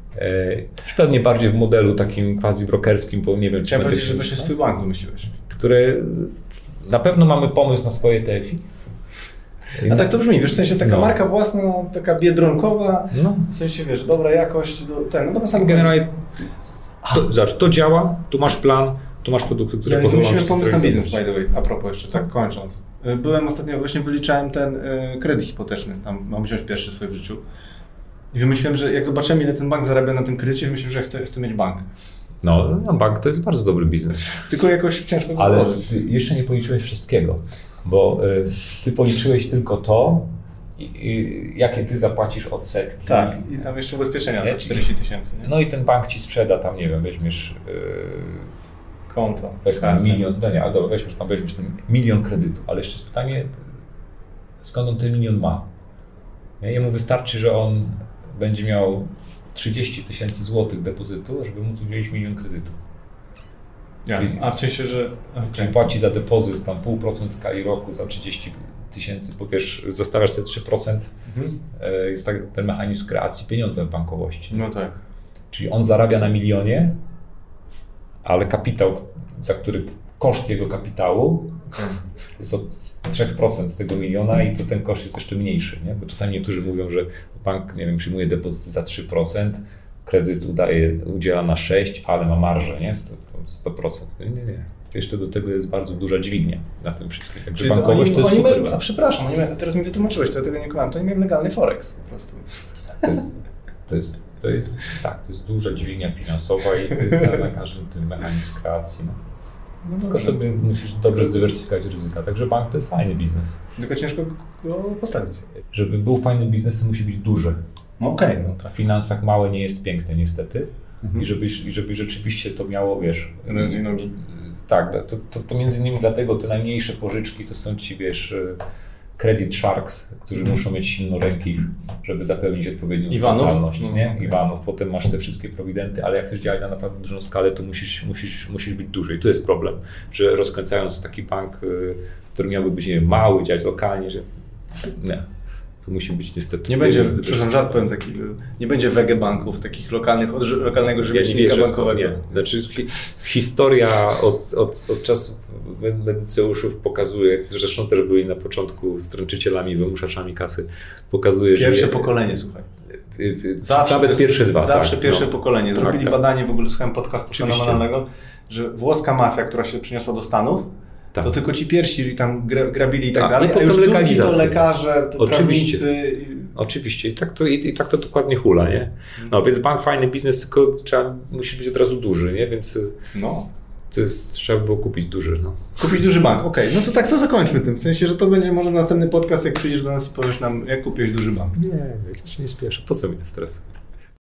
Pewnie bardziej w modelu takim quasi-brokerskim, bo nie wiem, chciałem powiedzieć, że właśnie swój bank wymyśliłeś. Które na pewno mamy pomysł na swoje TFI. A tak to brzmi, wiesz, w sensie taka marka własna, taka biedronkowa, w sensie, wiesz, dobra jakość, no bo na samym generalnie to działa, tu masz plan, tu masz produkty, które pozwolą ci pomysł na biznes, by the way, a propos jeszcze, tak kończąc. Byłem ostatnio, właśnie wyliczałem ten kredyt hipoteczny, tam mam wziąć pierwszy swój w życiu. I wymyśliłem, że jak zobaczyłem, ile ten bank zarabia na tym kredycie, wymyśliłem, że chcę mieć bank. No, bank to jest bardzo dobry biznes. Tylko jakoś ciężko go ale złożyć. Ale jeszcze nie policzyłeś wszystkiego, bo ty policzyłeś tylko to, jakie ty zapłacisz odsetki. Tak, i tam jeszcze ubezpieczenia za 40 000. No i ten bank ci sprzeda tam, nie wiem, weźmiesz konto. Weźmy milion, no nie, dobra, weźmiesz ten milion kredytu, ale jeszcze jest pytanie, skąd on ten milion ma? Jemu wystarczy, że on będzie miał 30 000 złotych depozytu, żeby móc udzielić milion kredytu. A w sensie, że... Czyli płaci za depozyt tam 0,5% skali roku za 30 000, bo wiesz, zostawiasz sobie 3%, jest tak ten mechanizm kreacji pieniądza w bankowości. No tak. Czyli on zarabia na milionie, ale kapitał, za który koszt jego kapitału jest od 3% tego miliona i to ten koszt jest jeszcze mniejszy, nie? Bo czasami niektórzy mówią, że bank, nie wiem, przyjmuje depozyt za 3%, kredyt udziela na 6%, ale ma marżę, nie? 100%. Nie. Jeszcze do tego jest bardzo duża dźwignia na tym wszystkim. Także bankowość to jest super. Przepraszam, teraz mi wytłumaczyłeś, to ja tego nie kocham, to nie miałem legalny Forex po prostu. To jest duża dźwignia finansowa i to jest na każdym tym mechanizm kreacji. No, tylko sobie musisz dobrze zdywersyfikować ryzyka. Także bank to jest fajny biznes. Tylko ciężko go postawić. Żeby był fajnym biznesem, musi być duży. Okej, no tak. W finansach małe nie jest piękne niestety. I żeby rzeczywiście to miało, wiesz... Ręce i nogi. Tak, to między innymi dlatego te najmniejsze pożyczki to są ci, wiesz... Credit Sharks, którzy muszą mieć silną rękę, żeby zapewnić odpowiednią spłacalność, nie? Iwanów, potem masz te wszystkie prowidenty, ale jak chcesz działać na naprawdę dużą skalę, to musisz być duży. I tu jest problem, że rozkręcając taki bank, który miałby być, nie wiem, mały, działać lokalnie, że nie. To musi być niestety... Nie będzie, przepraszam, żart powiem taki, nie będzie wege banków, takich lokalnych, od lokalnego rzemieślnika bankowego. Nie. Znaczy historia od czasów medyceuszów pokazuje, zresztą też byli na początku stręczycielami, wymuszaczami kasy, pokazuje, pierwsze pokolenie, słuchaj. Zawsze nawet pierwsze dwa. Zawsze pierwsze pokolenie. Zrobili badanie, w ogóle słuchałem podcastu fenomenalnego, że włoska mafia, która się przyniosła do Stanów, to tylko ci pierwsi tam grabili i tak dalej, a już drugi to lekarze, prawnicy. Oczywiście. I tak to dokładnie hula, nie? No więc bank fajny biznes, tylko musi być od razu duży, nie? Więc trzeba było kupić duży. No. Kupić duży bank, okej. No to tak, to zakończmy tym. W sensie, że to będzie może następny podcast, jak przyjdziesz do nas i powiesz nam, jak kupiłeś duży bank. Nie, ja się nie spieszę. Po co mi to stres?